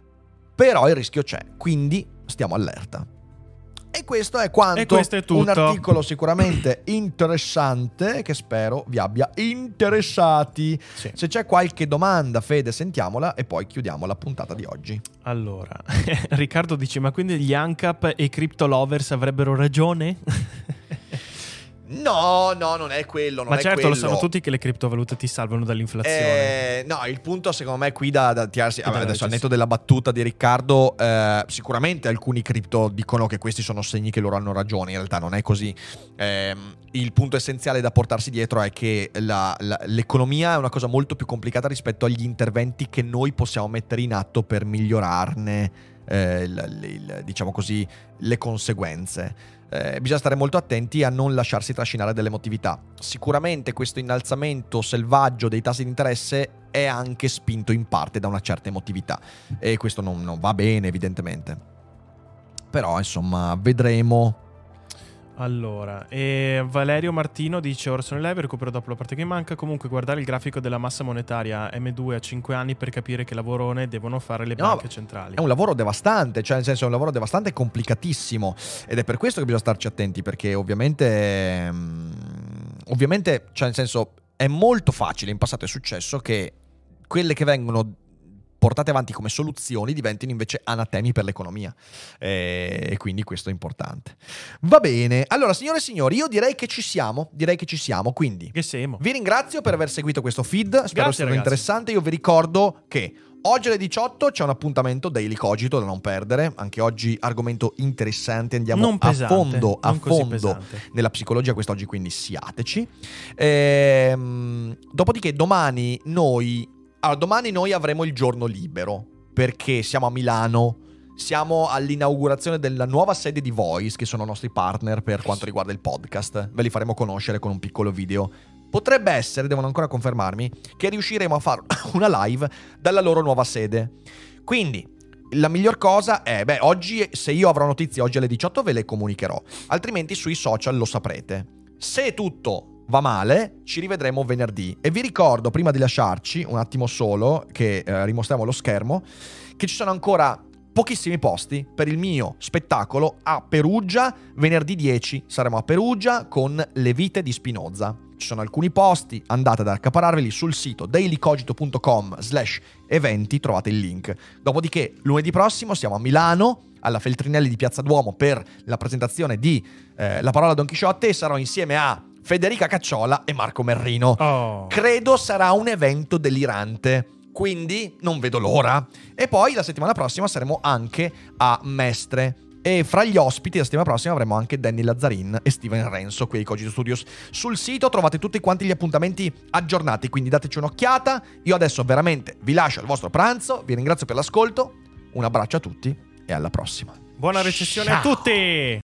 però il rischio c'è, quindi stiamo allerta. E questo è quanto. E questo è tutto. Un articolo sicuramente interessante che spero vi abbia interessati. Sì. Se c'è qualche domanda, Fede, sentiamola e poi chiudiamo la puntata di oggi. Allora, Riccardo dice: ma quindi gli ANCAP e i crypto lovers avrebbero ragione? No, no, non è quello. Non Ma è certo, quello. lo sanno tutti che le criptovalute ti salvano dall'inflazione. Eh, no, il punto secondo me qui da, da tirarsi. E Vabbè, adesso al sì. netto della battuta di Riccardo, eh, sicuramente alcuni cripto dicono che questi sono segni che loro hanno ragione. In realtà non è così. Eh, il punto essenziale da portarsi dietro è che la, la, l'economia è una cosa molto più complicata rispetto agli interventi che noi possiamo mettere in atto per migliorarne, eh, il, il, diciamo così, le conseguenze. Eh, bisogna stare molto attenti a non lasciarsi trascinare dall'emotività. Sicuramente questo innalzamento selvaggio dei tassi di interesse è anche spinto in parte da una certa emotività e questo non, non va bene evidentemente. Però insomma vedremo. Allora, e Valerio Martino dice: Orson Live, recupero dopo la parte che manca. Comunque guardare il grafico della massa monetaria M due a cinque anni per capire che lavorone devono fare le No, banche centrali. È un lavoro devastante, cioè nel senso è un lavoro devastante e complicatissimo, ed è per questo che bisogna starci attenti, perché ovviamente mm, ovviamente, cioè nel senso è molto facile, in passato è successo che quelle che vengono portate avanti come soluzioni diventino invece anatemi per l'economia, e, e quindi questo è importante. Va bene, allora signore e signori, io direi che ci siamo, direi che ci siamo, quindi Che semo. vi ringrazio per aver seguito questo feed, spero Grazie, sia stato ragazzi. interessante. Io vi ricordo che oggi alle diciotto c'è un appuntamento Daily Cogito da non perdere, anche oggi argomento interessante, andiamo Non pesante, a fondo, a non così fondo pesante. nella psicologia quest'oggi, quindi siateci. Ehm, dopodiché domani noi Allora, domani noi avremo il giorno libero, perché siamo a Milano, siamo all'inaugurazione della nuova sede di Voice, che sono i nostri partner per quanto riguarda il podcast. Ve li faremo conoscere con un piccolo video. Potrebbe essere, devono ancora confermarmi, che riusciremo a fare una live dalla loro nuova sede. Quindi, la miglior cosa è, beh, oggi, se io avrò notizie oggi alle diciotto ve le comunicherò, altrimenti sui social lo saprete. Se tutto va male, ci rivedremo venerdì. E vi ricordo, prima di lasciarci, un attimo solo, che eh, rimostriamo lo schermo, che ci sono ancora pochissimi posti per il mio spettacolo a Perugia. Venerdì dieci saremo a Perugia con Le vite di Spinoza. ci sono alcuni posti, andate ad accapararveli sul sito dailycogito punto com slash eventi, trovate il link. Dopodiché lunedì prossimo siamo a Milano, alla Feltrinelli di Piazza Duomo, per la presentazione di eh, La parola Don Chisciotte, e sarò insieme a Federica Cacciola e Marco Merrino. Oh. Credo sarà un evento delirante, quindi non vedo l'ora. E poi la settimana prossima saremo anche a Mestre, e fra gli ospiti la settimana prossima avremo anche Danny Lazzarin e Steven Renzo qui ai Cogito Studios. Sul sito trovate tutti quanti gli appuntamenti aggiornati, quindi dateci un'occhiata. Io adesso veramente vi lascio al vostro pranzo, vi ringrazio per l'ascolto, un abbraccio a tutti e alla prossima. Buona recessione Ciao. a tutti!